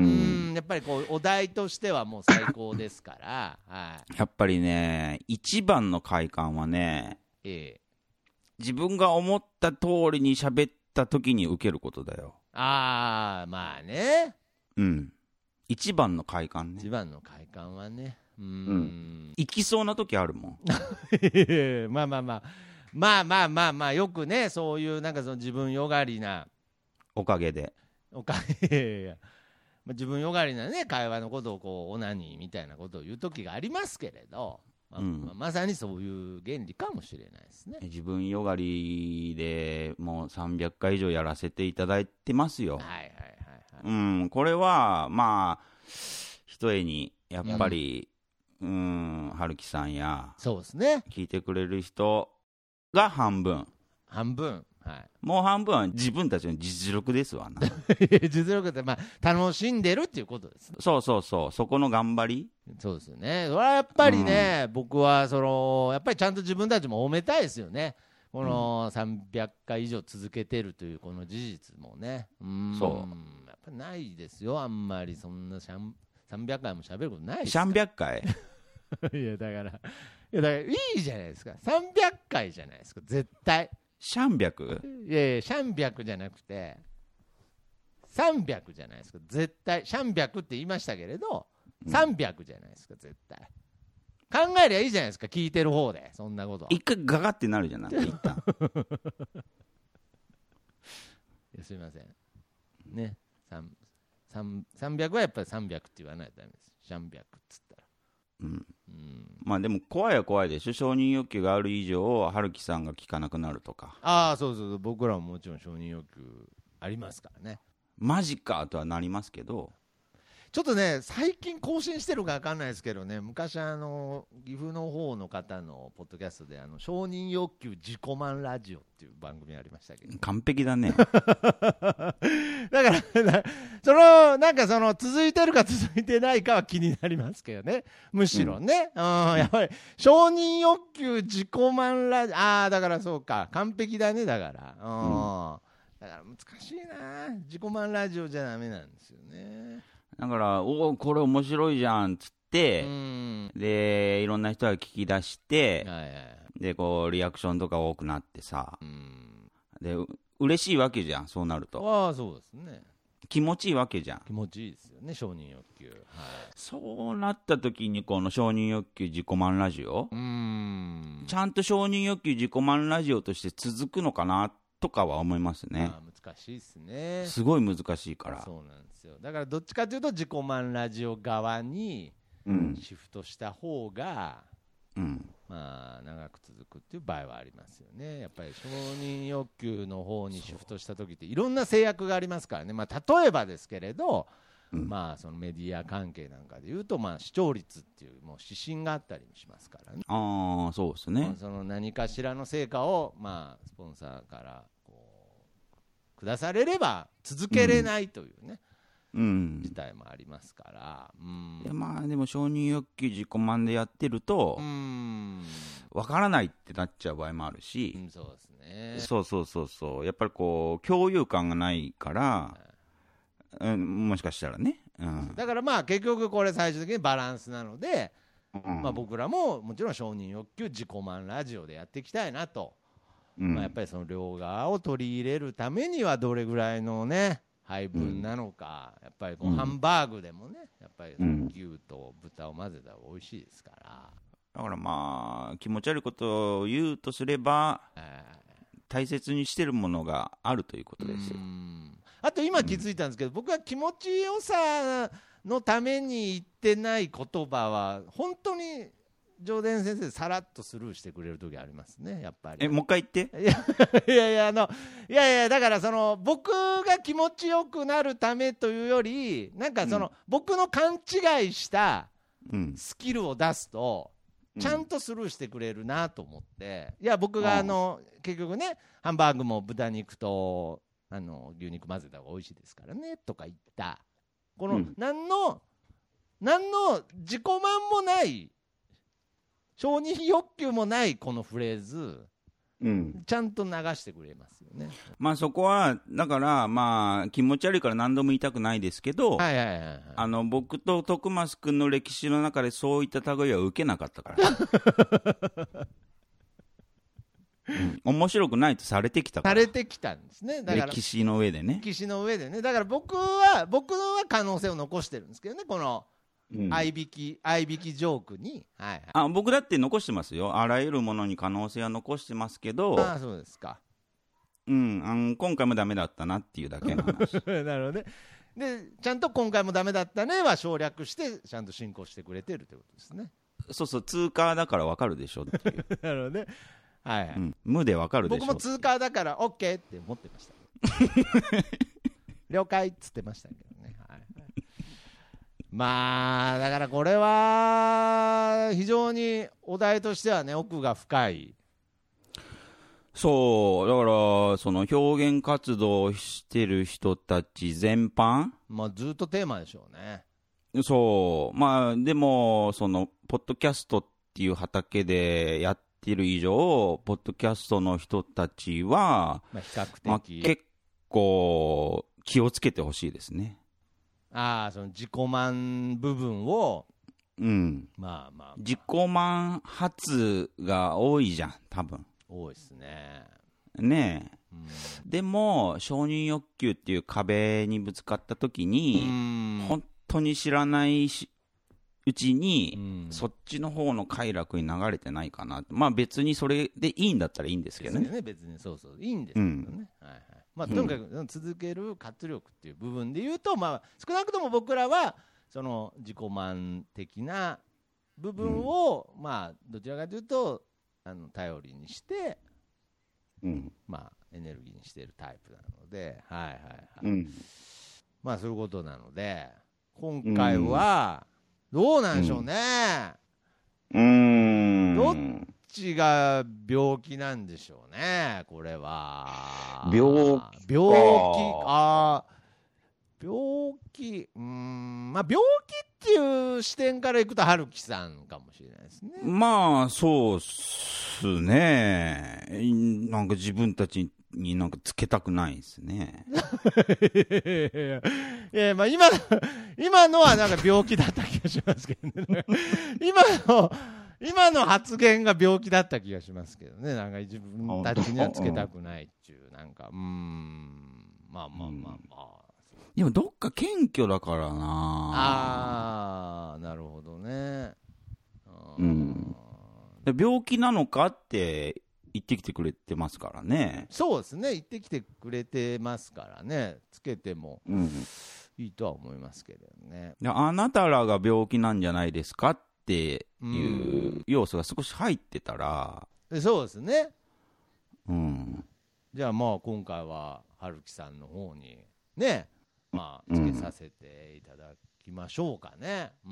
うんやっぱりこうお題としてはもう最高ですから、はい、 やっぱりね一番の快感はね、 ええ、 自分が思った通りに喋った時に受けることだよ。 ああまあね、 うん一番の快感ね。 一番の快感はね、うん、うん、 行きそうな時あるもん。 まあまあまあまあまあまあまあよくねそういうなんかその自分よがりなおかげでおかげ自分よがりなね会話のことをこうオナニーみたいなことを言う時がありますけれど、まあうんまあ、まさにそういう原理かもしれないですね。 自分よがりでもうさんびゃっかい以上やらせていただいてますよ。 はいはいはいはい、 うん、これはまあひとえにやっぱり、うん、うん春樹さんやそうですね聞いてくれる人が半分半分、はい、 もう半分は自分たちの実力ですわな。 実力ってまあ楽しんでるっていうことです。 そうそうそうそこの頑張り。 そうですよね。それはやっぱりね、うん、僕はそのやっぱりちゃんと自分たちも褒めたいですよね。このさんびゃっかい以上続けてるというこの事実もね、うんそうやっぱないですよ。あんまりそんなさんびゃっかいも喋ることないですから。さんびゃっかいいやだからいやだからいいじゃないですか。さんびゃっかいじゃないですか絶対。 さんびゃく？ いやいやさんびゃくじゃなくてさんびゃくじゃないですか絶対。さんびゃくって言いましたけれどさんびゃくじゃないですか絶対。考えりゃいいじゃないですか聞いてる方でそんなこと。 一回ガガってなるじゃない一旦いやすみませんね。さんびゃくはやっぱりさんびゃくって言わないとダメです。さんびゃくっつったら、 うんうん、 まあでも怖いは怖いでしょ。承認欲求がある以上春樹さんが聞かなくなるとか。 ああそうそうそう僕らももちろん承認欲求ありますからね。 マジかとはなりますけどちょっとね最近更新してるか分かんないですけどね昔あの岐阜の方の方のポッドキャストであの承認欲求自己満ラジオっていう番組ありましたけど完璧だねだからそのなんかその続いてるか続いてないかは気になりますけどねむしろね、うん、やっぱり承認欲求自己満ラジオああだからそうか完璧だねだから、うん、だから難しいな自己満ラジオじゃダメなんですよね。 だからおこれ面白いじゃんっつって、 うん、 でいろんな人が聞き出して、 はいはい、 でこうリアクションとか多くなってさ、 うん、 でう嬉しいわけじゃんそうなると。 ああそうですね気持ちいいわけじゃん。 気持ちいいですよね承認欲求、はい、 そうなった時にこの承認欲求自己満ラジオ、 うーんちゃんと承認欲求自己満ラジオとして続くのかなとかは思いますね。 あ難しいですね。 すごい難しいから。 そうなんですよ。だからどっちかというと自己満ラジオ側にシフトした方が、 うん、 まあ長く続くっていう場合はありますよね。やっぱり承認欲求の方にシフトした時っていろんな制約がありますからね。まあ、例えばですけれど、うん、まあそのメディア関係なんかでいうと、まあ視聴率っていうもう指針があったりもしますからね。 ああ、そうですね。 まあ、その何かしらの成果をまあスポンサーからこう下されれば続けれないというね、うん、事態もありますから。うん、 いやまあでも承認欲求自己満でやってると、うん、分からないってなっちゃう場合もあるし、 うん、そうですね。 そうそうそうそう、やっぱりこう共有感がないから。はい、うん、もしかしたらね、うん、 だからまあ結局これ最終的にバランスなので、うんまあ、僕らももちろん承認欲求自己満ラジオでやっていきたいなと、うんまあ、やっぱりその両側を取り入れるためにはどれぐらいのね配分なのか、うん、やっぱりこうハンバーグでもねやっぱり牛と豚を混ぜた方が美味しいですから、 だからまあ気持ち悪いことを言うとすれば、えー、大切にしてるものがあるということですよ。 うんあと今気づいたんですけど、うん、僕は気持ちよさのために言ってない言葉は本当に上田先生さらっとスルーしてくれる時ありますね、やっぱり。 えもう一回言って。 いやいやいやあのいやいやだからその僕が気持ちよくなるためというよりなんかその、うん、僕の勘違いしたスキルを出すと、うん、ちゃんとスルーしてくれるなと思って、いや僕があの、うん、結局ねハンバーグも豚肉とあの牛肉混ぜた方が美味しいですからねとか言ったこの、うん、何の何の自己満もない承認欲求もないこのフレーズ、うん、ちゃんと流してくれますよね。 まあそこはだからまあ気持ち悪いから何度も言いたくないですけど、 はいはいはいはい、 あの僕と徳増君の歴史の中でそういった類は受けなかったからうん、面白くないとされてきたからされてきたんですね。だから歴史の上でね歴史の上でねだから僕は僕は可能性を残してるんですけどね、この合いびき、合いびきジョークに、はいはい、 あ僕だって残してますよ。あらゆるものに可能性は残してますけど、 あそうですか、 うん、あの今回もダメだったなっていうだけの話なるほどね。でちゃんと今回もダメだったねは省略してちゃんと進行してくれてるということですね。 そうそう通過だから分かるでしょっていうなるほどね、はいはいうん、 無で分かるでしょ。 僕も通過だから OK って思ってました了解っつってましたけどね、はいはい、まあだからこれは非常にお題としてはね奥が深い。 そうだからその表現活動をしてる人たち全般、 まあ、ずっとテーマでしょうね。 そうまあでもそのポッドキャストっていう畑でやってる以上ポッドキャストの人たちは、 まあ、比較的、 まあ、結構気をつけてほしいですね。 ああその自己満部分をうんまあまあ、まあ、 自己満発が多いじゃん多分。 多いですね。 ねえ、 うん、 でも承認欲求っていう壁にぶつかった時に本当に知らないうちにそっちの方の快楽に流れてないかな。まあ別にそれでいいんだったらいいんですけどね。 別にそうそういいんですけどね、うんはいはいまあ、とにかく続ける活力っていう部分で言うと、まあ、少なくとも僕らはその自己満的な部分を、うんまあ、どちらかというとあの頼りにして、うんまあ、エネルギーにしているタイプなので、はいはいはいうんまあ、そういうことなので今回はどうなんでしょうね、 うん、 どっちが病気なんでしょうねこれは。 病気病気あ病気うーんまあ病気っていう視点からいくと春樹さんかもしれないですね。 まあそうっすね。なんか自分たちになんかつけたくないですねいやいやまあ今の今のはなんか病気だった気がしますけどね今の今の発言が病気だった気がしますけどね。なんか自分たちにはつけたくないっていうなんかうーんまあまあまあまあでもどっか謙虚だからなあーなるほどねうん、病気なのかって言ってきてくれてますからね。 そうですね言ってきてくれてますからねつけてもいいとは思いますけどね、 うん、あなたらが病気なんじゃないですかっていう要素が少し入ってたらそうですね。 うん。 じゃあまあ今回は春樹さんの方にね、まあつけさせていただきましょうかね。うん。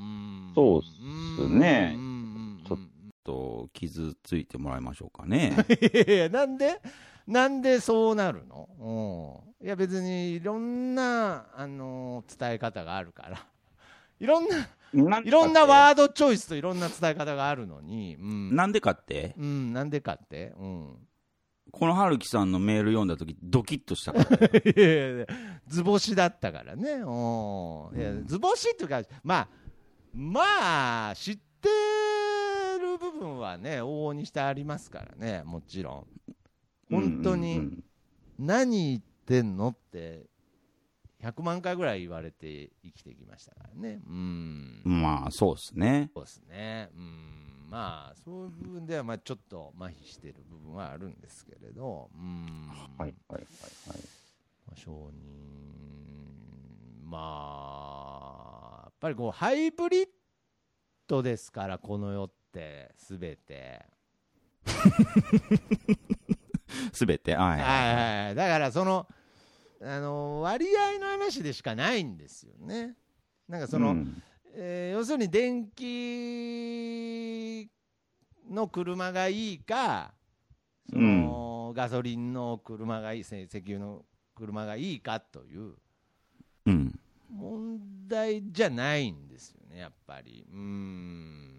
そうですね。 うん。 ちょっと傷ついてもらいましょうかね。 いやいや、なんでなんでそうなるの？うん。いや別にいろんな、あのー伝え方があるから。いろんな、いろんなワードチョイスといろんな伝え方があるのに。うん。 なんでかって？ うん、なんでかって？うん。この春樹さんのメール読んだとき、ドキッとしたから。いやいや、図星だったからね。おいや、図星っていうか、まあ、まあ、知ってる部分はね、往々にしてありますからね、もちろん。本当に、何言ってんのって、ひゃくまんかいぐらい言われて生きてきましたからね。うん。 まあ、そうですね。 そうですね。うん。まあ、そういう部分では、まあ、ちょっと麻痺している部分はあるんですけれど、うん。 はい、はい、はい、はい。 承認、まあ、やっぱりこう、ハイブリッドですから、この世って、すべて。 すべて、はい、 はいはい。だから、その、あの、割合の話でしかないんですよね。なんかその、うんえー、要するに電気の車がいいか、その、うん、ガソリンの車がいい、石油の車がいいかという問題じゃないんですよね、やっぱり。うん。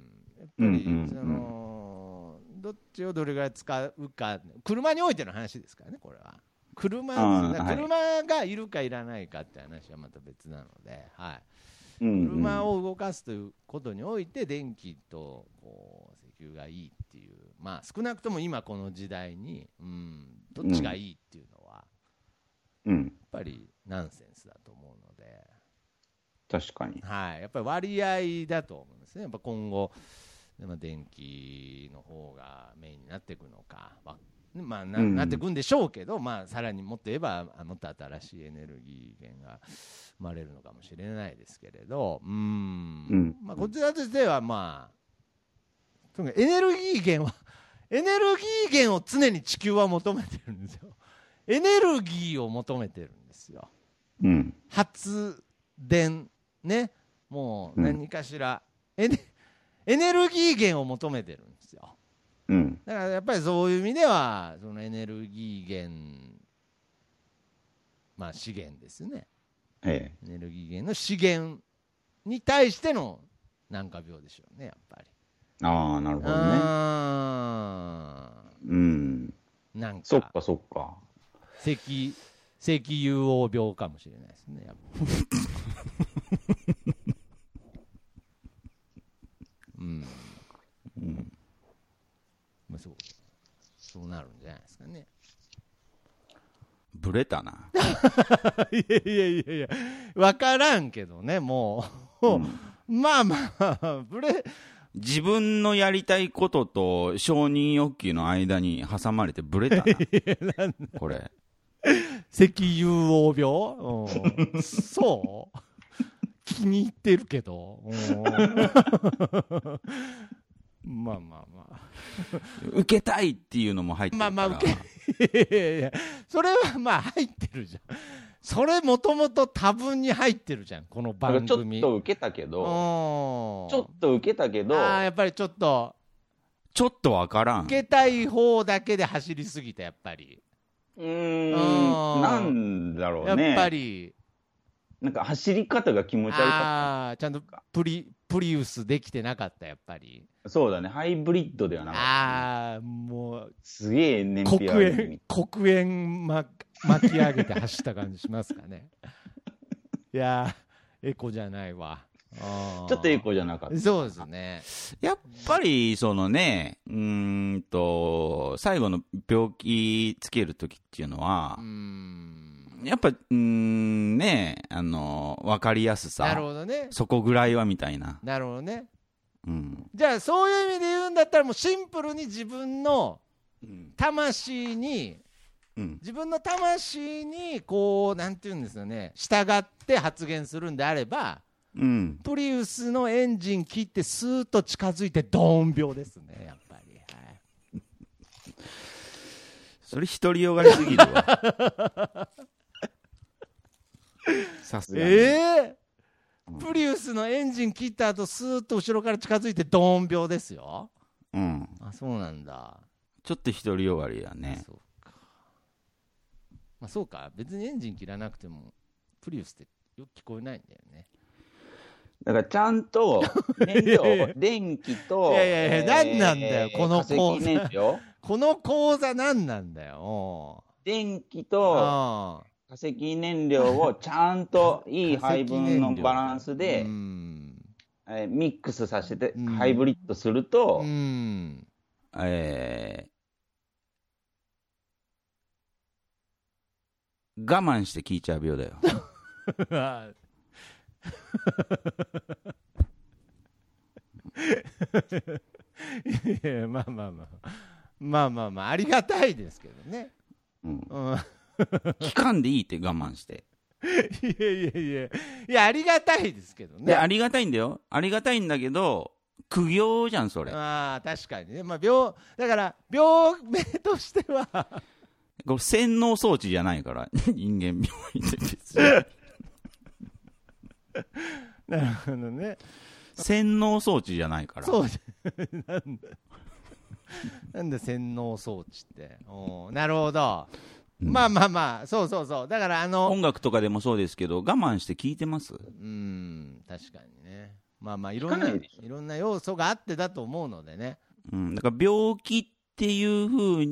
やっぱり、その、どっちをどれぐらい使うか、車においての話ですからね、これは。車、車がいるかいらないかって話はまた別なので、はい。車を動かすということにおいて電気とこう石油がいいっていう、まあ少なくとも今この時代に、うん、どっちがいいっていうのは、うん、やっぱりナンセンスだと思うので、 確かに、 はい、やっぱり割合だと思うんですね。やっぱ今後、まあ、電気の方がメインになっていくのか、まあ、な, なっていくんでしょうけど、うんまあ、さらにもっと言えばもっと新しいエネルギー源が生まれるのかもしれないですけれど、うん、うんまあ、こちらとしては、まあ、とにかくエネルギー源はエネルギー源を常に地球は求めてるんですよ。エネルギーを求めてるんですよ、うん、発電ね、もう何かしら、うん、エネ、エネルギー源を求めてるんですよ。うん、だからやっぱりそういう意味ではそのエネルギー源、まあ資源ですね、ええ、エネルギー源の資源に対しての軟化病でしょうね、やっぱり。 ああ、なるほどね。あうんなんかそっかそっか石石油王病かもしれないですね、やっぱうんうんまあ、そうそうなるんじゃないですかね。 ブレたな。 いやいやいやいや、分からんけどね、もう、うん、まあまあ、ブレ、 自分のやりたいことと承認欲求の間に挟まれてブレたな。これ。 石油王病、うん、そう気に入ってるけど。まあまあまあ受けたいっていうのも入ってるから、まあまあ受けいやいやそれはまあ入ってるじゃん。それもともと多分に入ってるじゃん、この番組。 ちょっと受けたけどちょっと受けたけどあやっぱりちょっとちょっとわからん、 受けたい方だけで走りすぎた、やっぱり。 うーんなんだろうね、 やっぱりなんか走り方が気持ち悪かった。 あちゃんとプリプリウスできてなかった、やっぱり。 そうだね、ハイブリッドではなかった、ね、 ああもうすげえ燃費黒煙黒煙、ま、巻き上げて走った感じしますかね。いやエコじゃないわ。 あちょっとエコじゃなかった。 そうですね。 やっぱりそのね、うーんと最後の病気つけるときっていうのは、うーんやっぱうーんねあの分かりやすさ。 なるほどね。 そこぐらいはみたいな。 なるほどね。うん、じゃあそういう意味で言うんだったらもうシンプルに自分の魂に、うん、自分の魂にこうなんていうんですよね、従って発言するんであれば、うん、プリウスのエンジン切ってスーッと近づいてドーン病ですね、やっぱり。はい、 それ独りよがりすぎるわ。さすがに。 ええー、プリウスのエンジン切った後スーッと後ろから近づいてドーン病ですよ。 うん。 あ、そうなんだ。 ちょっと独りよがりやね。 そうか。まあそうか。別にエンジン切らなくてもプリウスってよく聞こえないんだよね。 だからちゃんと燃料、電気と、 いやいやいや、えー、何なんだよ、この講座。この講座何なんだよ。 電気と化石燃料をちゃんといい配分のバランスで、えー、ミックスさせてハイブリッドすると、うん、えー、我慢して聞いちゃう病だよ。 いやいや、まあまあまあまあまあまあありがたいですけどね、うんうん、 聞かんでいいって我慢して。 いやいやいやいや、ありがたいですけどね。 いや、ありがたいんだよ、ありがたいんだけど苦行じゃんそれ。 ああ、確かにね。まあ病だから病名としてはこれ洗脳装置じゃないから人間病院って別になるほどね。 洗脳装置じゃないから。 そうなんだなんだ洗脳装置って。お、なるほど、うん、まあまあまあ、そうそうそう。だからあの音楽とかでもそうですけど我慢して聞いてます。うん、確かにね。まあまあいろんないろんな要素があってだと思うのでね、 うん、だから病気っていうふう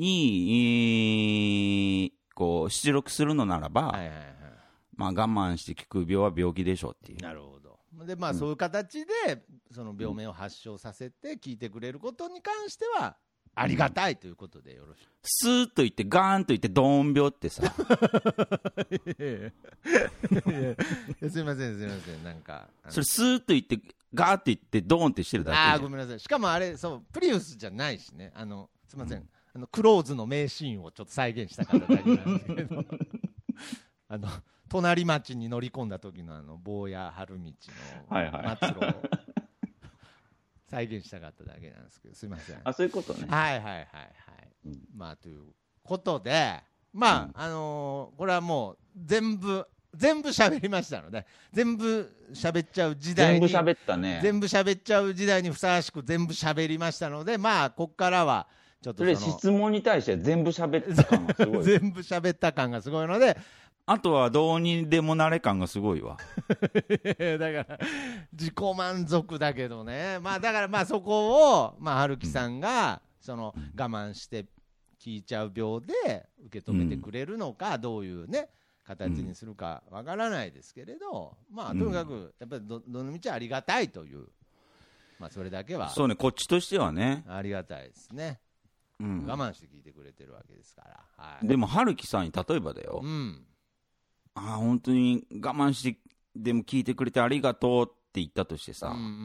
に、えー、こう出力するのならば、はいはいはい、まあ我慢して聞く病は病気でしょっていう。 なるほど。でまあ、そういう形でその病名を発症させて聞いてくれることに関してはありがたいということでよろしい。 スーッといってガーンといってドーン病ってさいやいやすいませんすいません、なんかそれスーッといってガーッといってドーンってしてるだけじゃん。 あーごめんなさい。しかもあれそうプリウスじゃないしね、あのすいません、うん、あのクローズの名シーンをちょっと再現したかっただけなんですけどあの隣町に乗り込んだ時のあの坊や春道の末路を再現したかっただけなんですけど、すいません。 あ、そういうことね。 はいはいはいはい、うん、まあということで、まあ、うん、あのー、これはもう全部全部喋りましたので、全部喋っちゃう時代に全部喋ったね。 全部喋っちゃう時代にふさわしく全部喋りましたので、まあここからはちょっとそのそれ質問に対して全部喋った感がすごい全部喋った感がすごいので、 あとはどうにでもなれ感がすごいわだから自己満足だけどね。まあだからまあそこをまあ春樹さんがその我慢して聞いちゃう病で受け止めてくれるのか、どういうね形にするかわからないですけれど、まあとにかくやっぱり ど, どの道ありがたいという、まあそれだけはそうね、こっちとしてはねありがたいですね、うん、我慢して聞いてくれてるわけですから、はい、 でも春樹さんに例えばだよ、うん、ああ本当に我慢してでも聞いてくれてありがとうって言ったとしてさ、うんうんうんうん、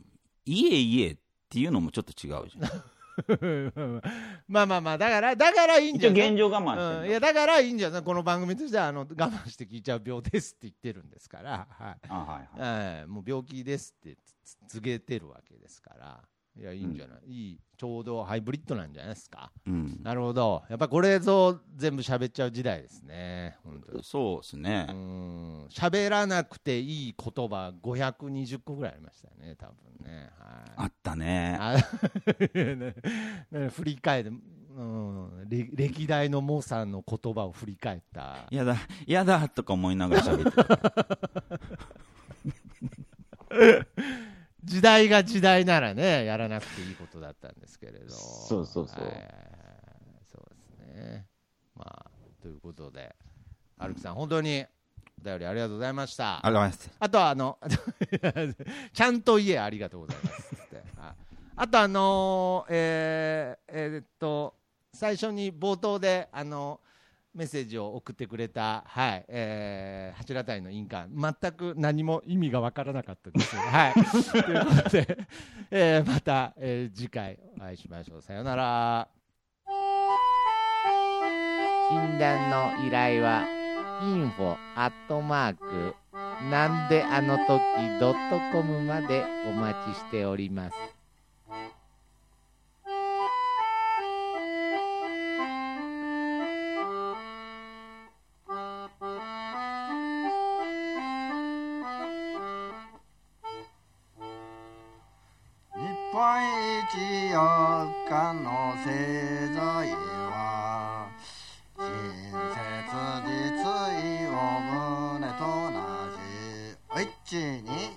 いえいえっていうのもちょっと違うじゃんまあまあまあだからだからいいんじゃない。 現状我慢してる、 うん、いやだからいいんじゃない。この番組としてはあの我慢して聞いちゃう病ですって言ってるんですから、はい、あ、はいはい、えー、もう病気ですって告げてるわけですから、いやいいんじゃない、うん、いいちょうどハイブリッドなんじゃないですか、うん、なるほど。やっぱこれぞ全部喋っちゃう時代ですね。本当にそうですね。 うん、喋らなくていい言葉ごひゃくにじゅっこぐらいありましたよね多分ね、はい、 あったね。あねね振り返る、うん、歴代の猛者の言葉を振り返った。 やだやだとか思いながら喋ってる時代が時代ならねやらなくていいことだったんですけれど、 そうそうそう、はい、 そうですね。まあということで春樹さん、うん、本当にお便りありがとうございました。 ありがとうございます。 あとはあのちゃんと言えありがとうございますってあ, あとあのー、えー、えー、っと最初に冒頭であのメッセージを送ってくれた、はい、えー、柱隊の印鑑、全く何も意味がわからなかったです。はい、ということで、えー、また、えー、次回お会いしましょう。さよなら。診断の依頼はインフォアットマークなんであの時ドットコムまでお待ちしております。 本一四日の製材は親切実意を胸と同じお一に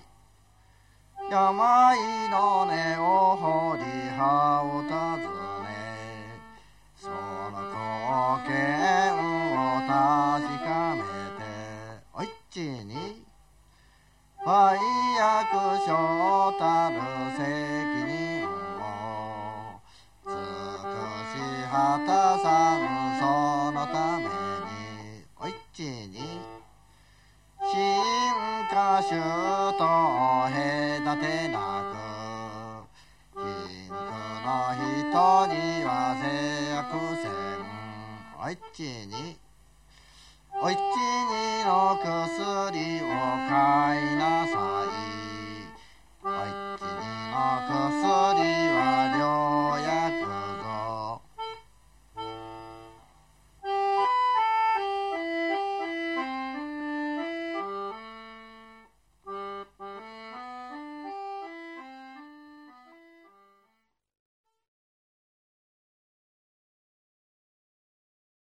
病の根を掘り葉を尋ねその貢献を確かめてお一に売約所たる責任を尽くし果たさんそのためにお一に進化種と隔てなく貧苦の人には制約せんお一にお一にの薬を買いなさいお一にの薬